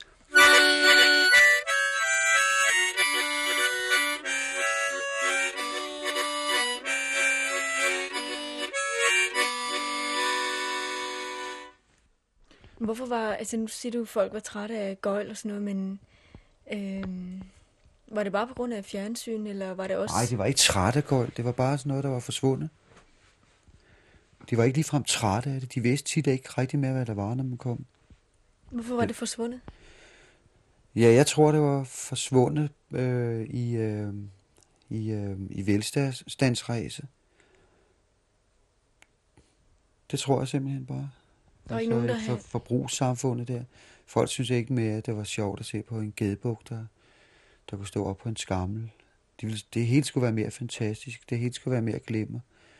Hvorfor var, altså nu siger du, at folk var trætte af gøjl og sådan noget, men øhm, var det bare på grund af fjernsyn, eller var det også... Nej, det var ikke træt af gøjl. Det var bare sådan noget, der var forsvundet. De var ikke ligefrem trætte af det. De vidste tit ikke rigtig mere, hvad der var, når man kom. Hvorfor var det forsvundet? Ja, jeg tror, det var forsvundet øh, i, øh, i, øh, i velstandsræse. Det tror jeg simpelthen bare. Der var ikke nogen, der for, havde... forbrugssamfundet der. Folk synes ikke mere, at det var sjovt at se på en gedebuk, der, der kunne stå op på en skammel. De ville, det hele skulle være mere fantastisk. Det hele skulle være mere glimmer.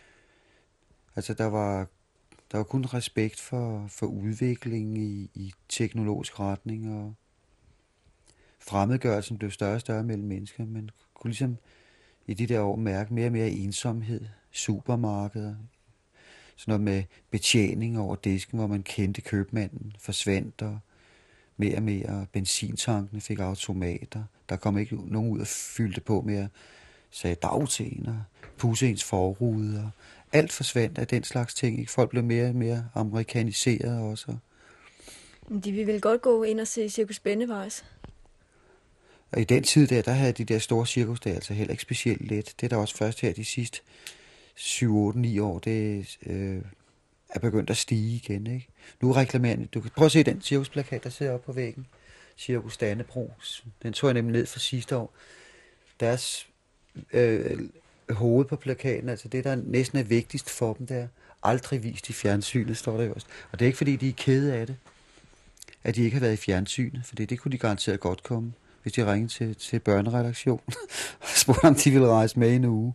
Altså, der var, der var kun respekt for, for udvikling i, i teknologisk retning, og fremmedgørelsen blev større og større mellem mennesker. Man kunne ligesom i de der år mærke mere og mere ensomhed. Supermarkeder, sådan noget med betjening over disken, hvor man kendte købmanden, forsvandt, og mere og mere benzintankene fik automater. Der kom ikke nogen ud og fyldte på mere, sagde dag til en, og pusse ens forruder. Alt forsvandt af den slags ting. Ikke? Folk blev mere og mere amerikaniseret også. De ville vel godt gå ind og se Cirkus Bennevejs. Og i den tid der, der havde de der store cirkus der altså heller ikke specielt let. Det er der også først her de sidste syv, otte, ni år, det øh, er begyndt at stige igen. Ikke? Nu reklamerer du kan prøve at se den cirkusplakat, der sidder oppe på væggen. Cirkus Dannebro. Den tog jeg nemlig ned fra sidste år. Deres øh, hoved på plakaten, altså det, der næsten er vigtigst for dem, der aldrig vist i fjernsynet, står der også. Og det er ikke, fordi de er kede af det, at de ikke har været i fjernsynet, for det kunne de garanteret godt komme, hvis de ringede til, til børneredaktionen og spurgte, om de ville rejse med i en uge.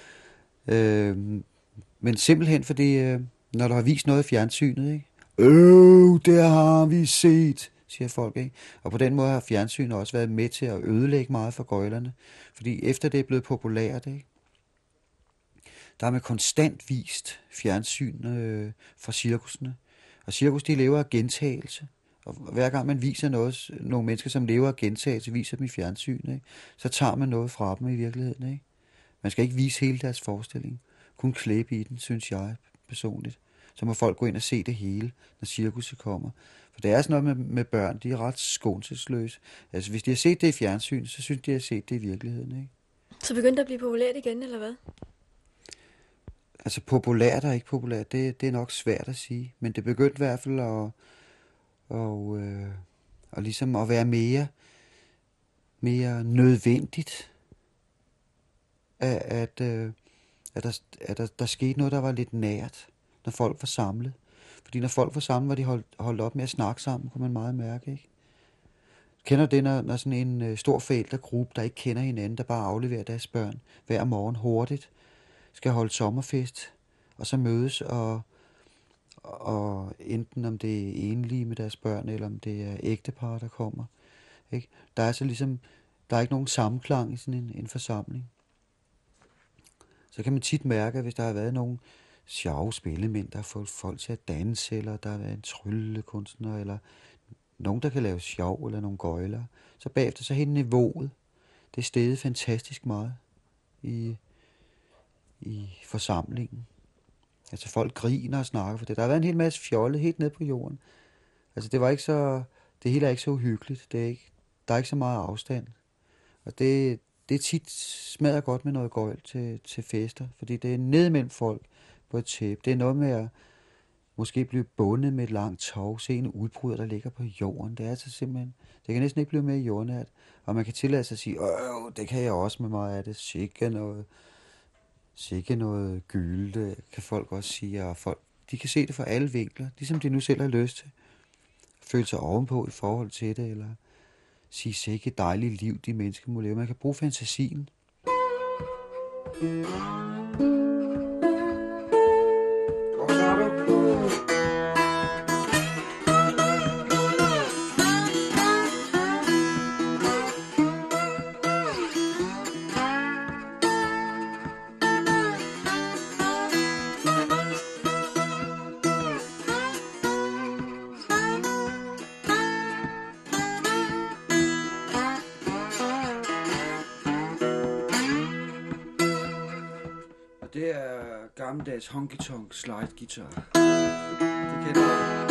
Øh, men simpelthen fordi, øh, når du har vist noget i fjernsynet, ikke? Øh, det har vi set, siger folk, ikke? Og på den måde har fjernsynet også været med til at ødelægge meget for gøjlerne, fordi efter det er blevet populært, ikke? Der har man konstant vist fjernsyn øh, fra cirkusene. Og cirkus, de lever af gentagelse. Og hver gang man viser noget, nogle mennesker, som lever af gentagelse, viser dem i fjernsyn, ikke? Så tager man noget fra dem i virkeligheden, ikke? Man skal ikke vise hele deres forestilling. Kun klæbe i den, synes jeg personligt. Så må folk gå ind og se det hele, når cirkuset kommer. For det er sådan noget med, med børn, de er ret skånselsløse. Altså hvis de har set det i fjernsyn, så synes de, at de har set det i virkeligheden, ikke? Så begyndte det at blive populært igen, eller hvad? Altså populært og ikke populært, det, det er nok svært at sige. Men det begyndte i hvert fald at, og, øh, og ligesom at være mere, mere nødvendigt. At, at, øh, at, der, at der, der skete noget, der var lidt nært, når folk var samlet. Fordi når folk var samlet, var de holdt, holdt op med at snakke sammen, kunne man meget mærke, ikke? Kender det, når, når sådan en øh, stor forældregruppe, der ikke kender hinanden, der bare afleverer deres børn hver morgen hurtigt, skal holde sommerfest, og så mødes, og, og enten om det er enlige med deres børn, eller om det er ægtepar, der kommer. Ikke? Der er så ligesom, der er ikke nogen sammenklang i sådan en, en forsamling. Så kan man tit mærke, at hvis der har været nogle sjove spillemænd, der har fået folk til at danse, eller der har været en tryllekunstner, eller nogen, der kan lave sjov, eller nogle gøjler, så bagefter så hele niveauet, det er steget fantastisk meget i, i forsamlingen. Altså folk griner og snakker for det. Der har været en hel masse fjolle helt ned på jorden. Altså det var ikke så, det hele er ikke så uhyggeligt. Det er ikke, der er ikke så meget afstand. Og det, det er tit smadret godt med noget gøjl til, til fester, fordi det er ned mellem folk på et tæppe. Det er noget med at måske blive bundet med et langt tov, se en udbrud, der ligger på jorden. Det er altså simpelthen, det kan næsten ikke blive mere jordnært. Og man kan tillade sig at sige, åh, det kan jeg også med meget af det. Sikke noget, sikke noget gylde, kan folk også sige. Og folk, de kan se det fra alle vinkler, ligesom de nu selv har lyst til. Føle sig ovenpå i forhold til det, eller sige, sikke et dejligt liv, de mennesker må leve. Man kan bruge fantasien. gammeldags honky-tonk slide guitar. Det kender du.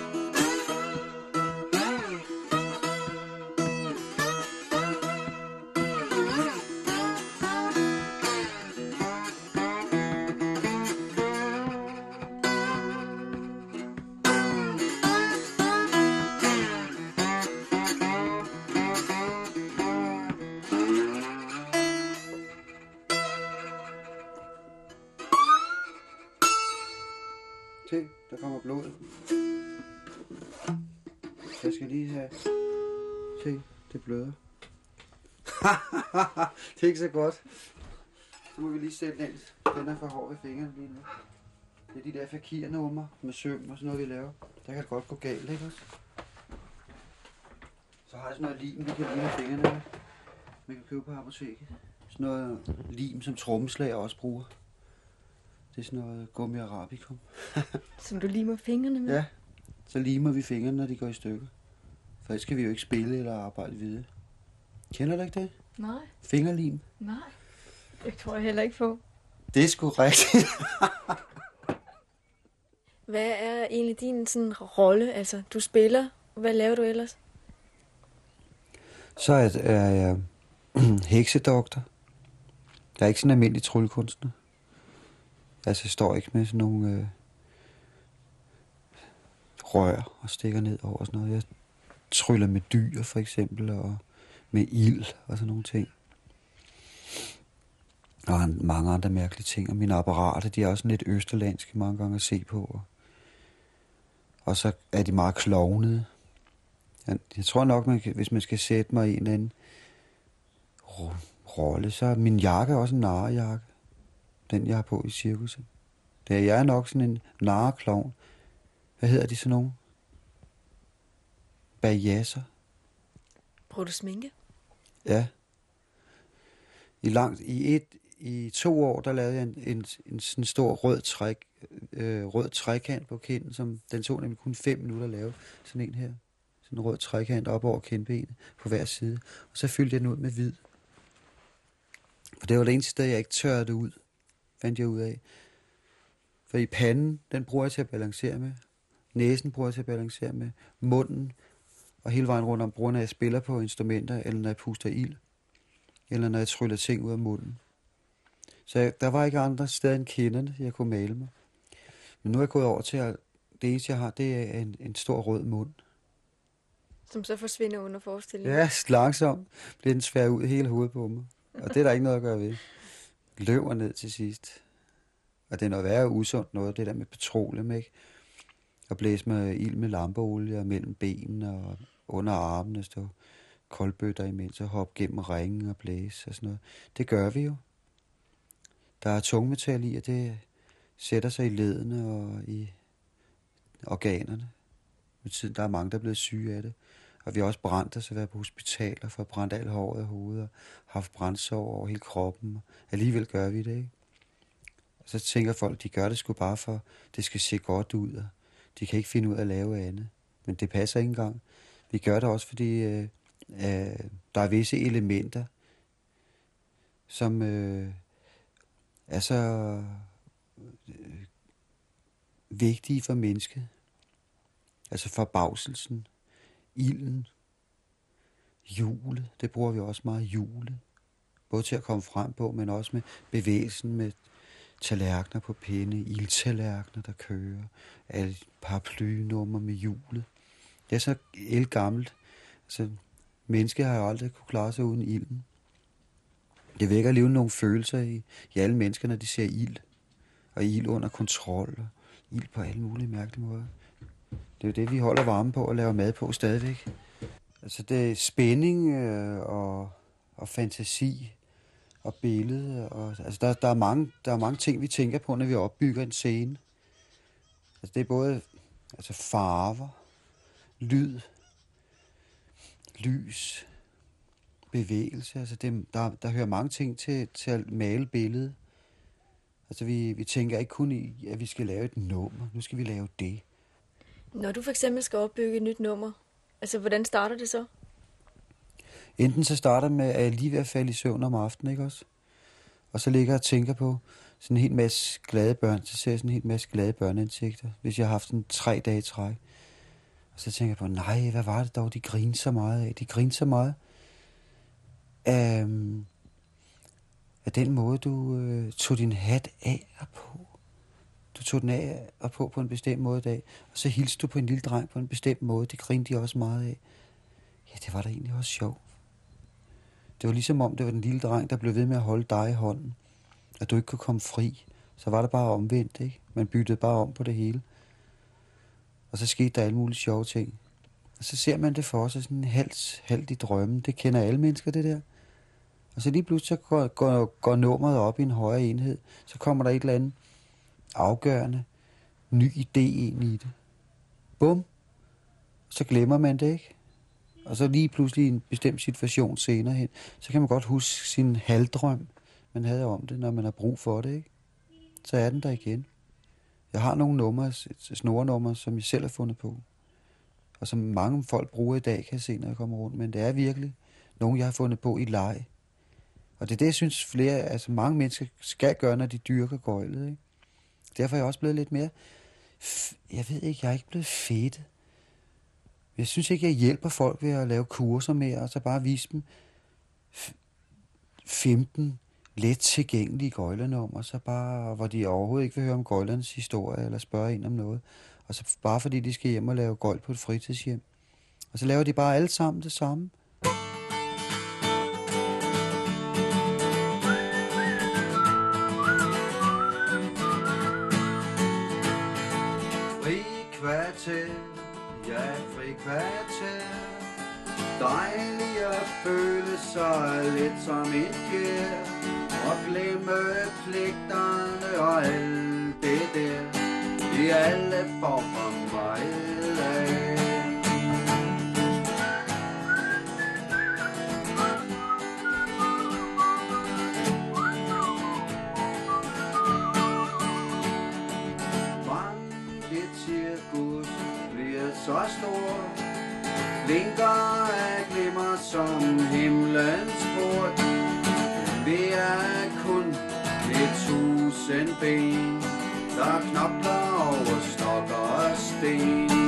Se, der kommer blod. Jeg skal lige have... Se, det bløder. Det er ikke så godt. Så må vi lige sætte den. Den er for hård ved fingrene lige nu. Det er de der fakirnumre med søm og sådan noget, vi laver. Der kan det godt gå galt, ikke også? Så har jeg sådan noget lim, vi kan lime fingrene med. Man kan købe på apoteket. Sådan noget lim, som trommeslager også bruger. Det er sådan noget gummi arabicum. Som du limer fingrene med? Ja, så limer vi fingrene, når de går i stykker. For ellers skal vi jo ikke spille eller arbejde videre. Kender du ikke det? Nej. Fingerlim? Nej, det tror jeg heller ikke på. Det er sgu rigtigt. Hvad er egentlig din sådan rolle? Altså, du spiller. Hvad laver du ellers? Så er, er jeg heksedoktor. Jeg er ikke sådan en almindelig tryllekunstner. Altså, jeg står ikke med sådan nogle øh, rør og stikker ned over sådan noget. Jeg tryller med dyr, for eksempel, og med ild og sådan nogle ting. Og mange andre mærkelige ting. Og mine apparater, de er også sådan lidt østerlandske mange gange at se på. Og så er de meget klovnede. Jeg, jeg tror nok, man kan, hvis man skal sætte mig i en eller anden rolle, så er min jakke også en narrejakke. Den, jeg har på i cirkuset. Det er, jeg er nok sådan en narreklovn. Hvad hedder de sådan nogle? Bajasser. Bruger du sminke? Ja. I, langt, i, et, I to år, der lavede jeg en, en, en sådan stor rød, træk, øh, rød trekant på kinden, som den tog nemlig kun fem minutter at lave. Sådan en her. Sådan en rød trekant op over kindbenet på hver side. Og så fyldte jeg den ud med hvid. For det var det eneste sted, jeg ikke tørrede det ud. Fandt jeg ud af. For i panden, den bruger jeg til at balancere med. Næsen bruger jeg til at balancere med. Munden og hele vejen rundt om bruger, når jeg spiller på instrumenter, eller når jeg puster ild, eller når jeg tryller ting ud af munden. Så jeg, der var ikke andre steder end kinderne, jeg kunne male mig. Men nu er jeg gået over til, at det eneste, jeg har, det er en, en stor rød mund. Som så forsvinder under forestillingen? Ja, langsomt bliver den svær ud hele hovedet på mig. Og det er der ikke noget at gøre ved. Løber ned til sidst. Og det er noget værre usundt noget, det der med petroleum, ikke? Og blæse med ild med lampeolie og mellem benene og under armene, stå koldbøtter imens og hoppe gennem ringen og blæse og sådan noget. Det gør vi jo. Der er tungmetal i, og det sætter sig i ledene og i organerne. Med tiden, der er mange, der er blevet syge af det. Og vi har også brændt os at være på hospitaler for at brænde alt håret af hovedet og haft brændsår over hele kroppen. Alligevel gør vi det, ikke? Og så tænker folk, de gør det sgu bare for, det skal se godt ud, og de kan ikke finde ud af at lave andet. Men det passer ikke engang. Vi gør det også, fordi øh, øh, der er visse elementer, som øh, er så øh, vigtige for mennesket. Altså forbavselsen, ilden, hjulet, det bruger vi også meget, hjulet. Både til at komme frem på, men også med bevægelsen, med tallerkener på pinde, ildtallerkener, der kører, alle paraplynummer med hjulet. Det er så ældgammelt. Altså, mennesker har jo aldrig kunne klare sig uden ilden. Det vækker alligevel nogle følelser i, i alle mennesker, når de ser ild. Og ild under kontrol, og ild på alle mulige mærkelige måder. Det er jo det, vi holder varme på og laver mad på stadigvæk. Altså, det er spænding øh, og, og fantasi og billede. Og, altså, der, der, er mange, der er mange ting, vi tænker på, når vi opbygger en scene. Altså, det er både altså, farver, lyd, lys, bevægelse. Altså, det, der, der hører mange ting til, til at male billedet. Altså, vi, vi tænker ikke kun i, at vi skal lave et nummer. Nu skal vi lave det. Når du for eksempel skal opbygge et nyt nummer, altså, hvordan starter det så? Enten så starter med, at jeg lige ved at falde i søvn om aftenen, ikke også? Og så ligger jeg og tænker på, sådan en hel masse glade børn, så ser jeg sådan en hel masse glade børneansigter, hvis jeg har haft sådan tre dage i træk. Og så tænker jeg på, nej, hvad var det dog, de griner så meget af? De griner så meget af, af den måde, du øh, tog din hat af og på. Du tog den af og på på en bestemt måde i dag, og så hilste du på en lille dreng på en bestemt måde. Det grinede de også meget af. Ja, det var da egentlig også sjovt. Det var ligesom om, det var den lille dreng, der blev ved med at holde dig i hånden, og du ikke kunne komme fri. Så var det bare omvendt, ikke? Man byttede bare om på det hele. Og så skete der alle mulige sjove ting. Og så ser man det for sig sådan en hals, halvt i drømmen. Det kender alle mennesker, det der. Og så lige pludselig så går, går, går nummeret op i en højere enhed. Så kommer der et eller andet afgørende, ny idé ind i det. Bum. Så glemmer man det, ikke? Og så lige pludselig i en bestemt situation senere hen, så kan man godt huske sin halvdrøm, man havde om det, når man har brug for det, ikke? Så er den der igen. Jeg har nogle numre, snorenumre, som jeg selv har fundet på, og som mange folk bruger i dag, kan jeg se, når jeg kommer rundt. Men det er virkelig nogle, jeg har fundet på i leg. Og det er det, jeg synes flere, altså mange mennesker skal gøre, når de dyrker gøjlet, ikke? Derfor er jeg også blevet lidt mere, jeg ved ikke, jeg er ikke blevet fedt. Jeg synes ikke, jeg hjælper folk ved at lave kurser mere, og så bare vise dem femten let tilgængelige gøjlenummer, så bare, hvor de overhovedet ikke vil høre om gøjlernes historie, eller spørge en om noget. Og så bare fordi de skal hjem og lave gøjl på et fritidshjem. Og så laver de bare alle sammen det samme. Frikvarter, ja frikvarter. Dejligt at føle sig lidt som en fjer, og glemme pligterne og alt det der, vi alle får for meget af. Cirkus bliver så stor, blinker af glimmer som himlens port. Vi er kun et tusind ben, der knokler over stok og sten.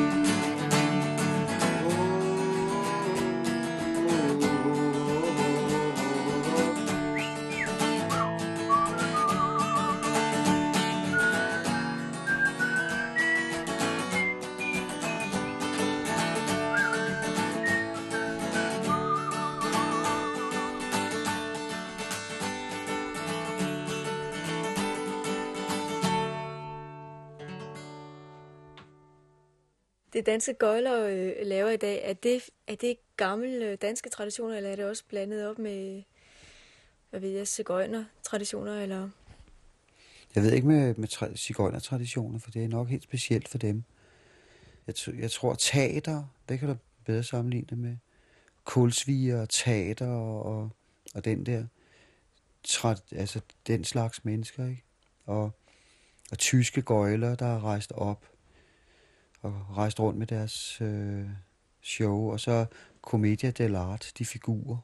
Det danske gøjler øh, laver i dag, er det, er det gamle øh, danske traditioner, eller er det også blandet op med, hvad ved jeg, sigøjner-traditioner, eller? Jeg ved ikke med, med tra- sigøjner-traditioner, for det er nok helt specielt for dem. Jeg, t- jeg tror, teater, det kan du bedre sammenligne det med. Kulsviger, teater og, og, og den der, tra- altså den slags mennesker, ikke? Og, og tyske gøjler, der er rejst op og rejst rundt med deres øh, show, og så Commedia dell'arte, de figurer,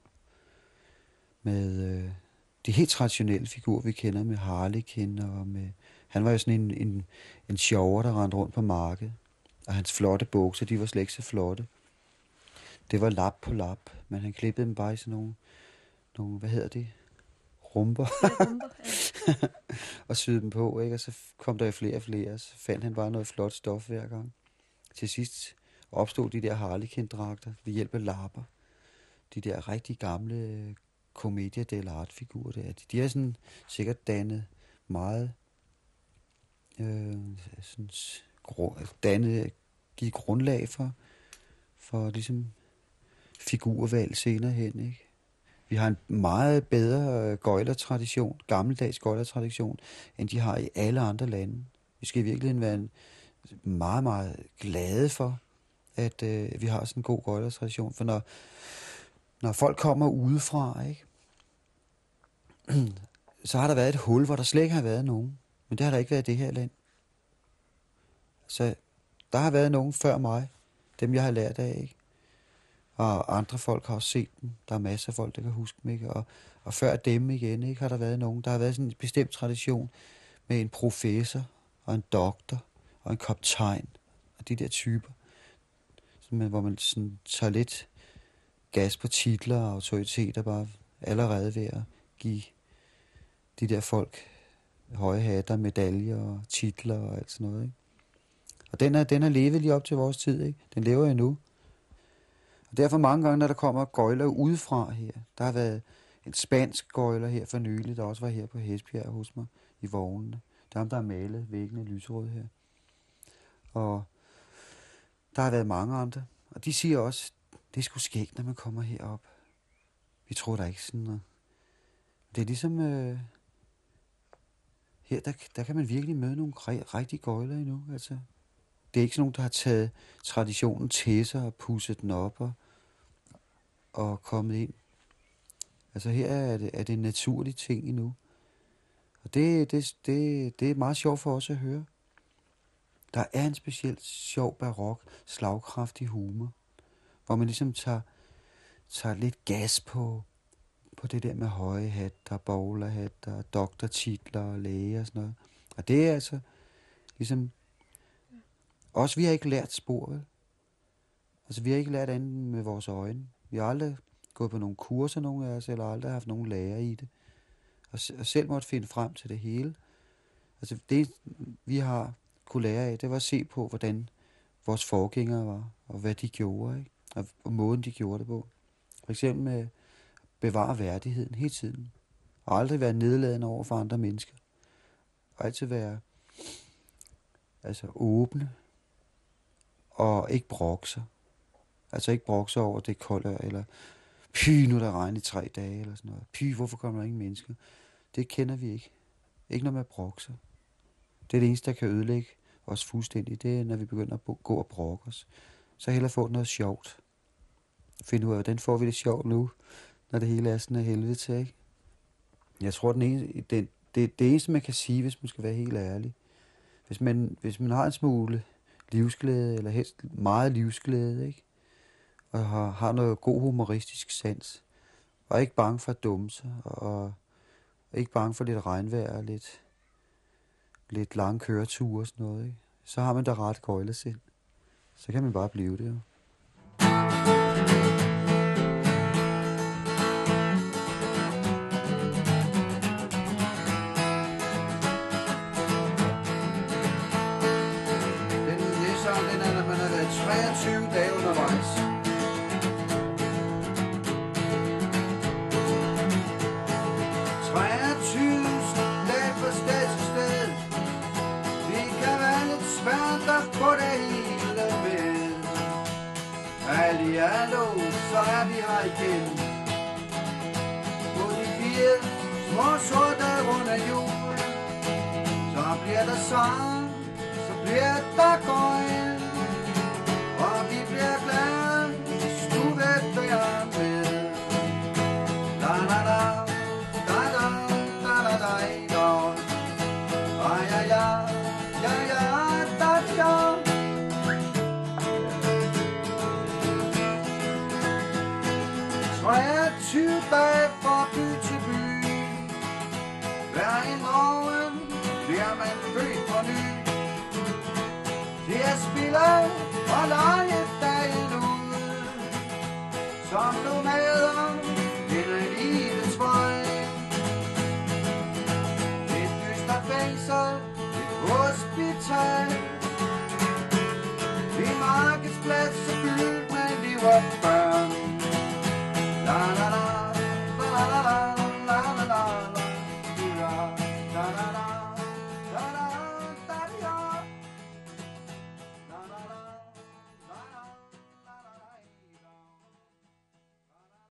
med øh, de helt traditionelle figurer, vi kender, med Harlekin, og med, han var jo sådan en, en, en shower, der rendte rundt på markedet, og hans flotte bukser, de var slet ikke så flotte. Det var lap på lap, men han klippede dem bare i sådan nogle, nogle hvad hedder det, rumper, Ja, rumper ja. og syede dem på, ikke? Og så kom der jo flere og flere, så fandt han bare noget flot stof hver gang. Til sidst opstod de der Harlekin-dragter ved hjælp af lapper. De der rigtig gamle Commedia dell'arte-figurer der. De, de er sådan sikkert dannet meget, øh, sådan, dannet, givet grundlag for, for ligesom figurvalg senere hen, ikke? Vi har en meget bedre gøjlertradition, gammeldags gøjlertradition, end de har i alle andre lande. Vi skal i virkeligheden være en meget, meget glade for, at øh, vi har sådan en god gøjlertradition. For når, når folk kommer udefra, ikke, så har der været et hul, hvor der slet ikke har været nogen. Men det har der ikke været i det her land. Så der har været nogen før mig, dem jeg har lært af, ikke? Og andre folk har også set dem. Der er masser af folk, der kan huske dem, ikke? Og, og før dem igen, ikke, har der været nogen. Der har været sådan en bestemt tradition, med en professor og en doktor og en kaptajn og de der typer, hvor man sådan tager lidt gas på titler og autoriteter, bare allerede ved at give de der folk høje hatter, medaljer og titler og alt sådan noget, ikke? Og den er, den er levet lige op til vores tid, ikke? Den lever jo nu. Og derfor mange gange, når der kommer gøjler udefra her, der har været en spansk gøjler her for nylig, der også var her på Hesbjerg hos mig i vognene. Det er ham, der har malet væggene lyserød her. Og der har været mange andre. Og de siger også, det er sgu skægt, når man kommer herop. Vi tror da ikke sådan noget. Det er ligesom, øh, her der, der kan man virkelig møde nogle rigtige gøjler endnu. Altså, det er ikke sådan nogen, der har taget traditionen til sig og pusset den op og, og kommet ind. Altså her er det, er det en naturlig ting endnu. Og det, det, det, det er meget sjovt for os at høre. Der er en specielt sjov barok, slagkraftig humor, hvor man ligesom tager, tager lidt gas på, på det der med høje hatter, bowlerhatter, doktortitler og læge og sådan noget. Og det er altså ligesom, også vi har ikke lært spor, vel? Altså vi har ikke lært andet med vores øjne. Vi har aldrig gået på nogle kurser, nogen af os, eller aldrig haft nogen lærer i det. Og, og selv måtte finde frem til det hele. Altså det, vi har kunne lære af, det var at se på, hvordan vores forgængere var, og hvad de gjorde, ikke? Og, og måden, de gjorde det på. For eksempel med at bevare værdigheden hele tiden. Og aldrig være nedladende over for andre mennesker. Og altid være altså åbne, og ikke brokke sig. Altså ikke brokke sig over det kolde, eller py, nu der regn i tre dage, eller sådan noget. Py, hvorfor kommer der ingen mennesker? Det kender vi ikke. Ikke noget med at brokke sig. Det er det eneste, der kan ødelægge os fuldstændig. Det er, når vi begynder at gå og brokke os. Så hellere få noget sjovt. Finde ud af, hvordan får vi det sjovt nu, når det hele er sådan af helvede til, ikke? Jeg tror, den ene, den, det, det eneste, man kan sige, hvis man skal være helt ærlig, hvis man, hvis man har en smule livsglæde, eller helst meget livsglæde, ikke? Og har, har noget god humoristisk sans, og er ikke bange for at dumme sig, og er ikke bange for lidt regnvejr og lidt, lidt lange køreture og sådan noget, ikke? Så har man da ret gøjle selv. Så kan man bare blive det, jo. treogtyve dage undervejs. treogtyve dage på sted til sted. Det kan være lidt svært at få det hele med. Halli hallo, så er vi her igen. På de fire små sorte runde jul. Så bliver der sang, så bliver der gøjl. Og vi bliver glade, hvis du vil være med. Da da da, da da, da da da da. Ay ay ay, ja ja, da da. treogtyve dage fra by til by. Hver en morgen bliver man født på ny. Det er spillet og lege dagen ud, som nomader finder i livets vej. Et dystert fængsel, et hospital, en markedsplads er fyldt med liv og børn.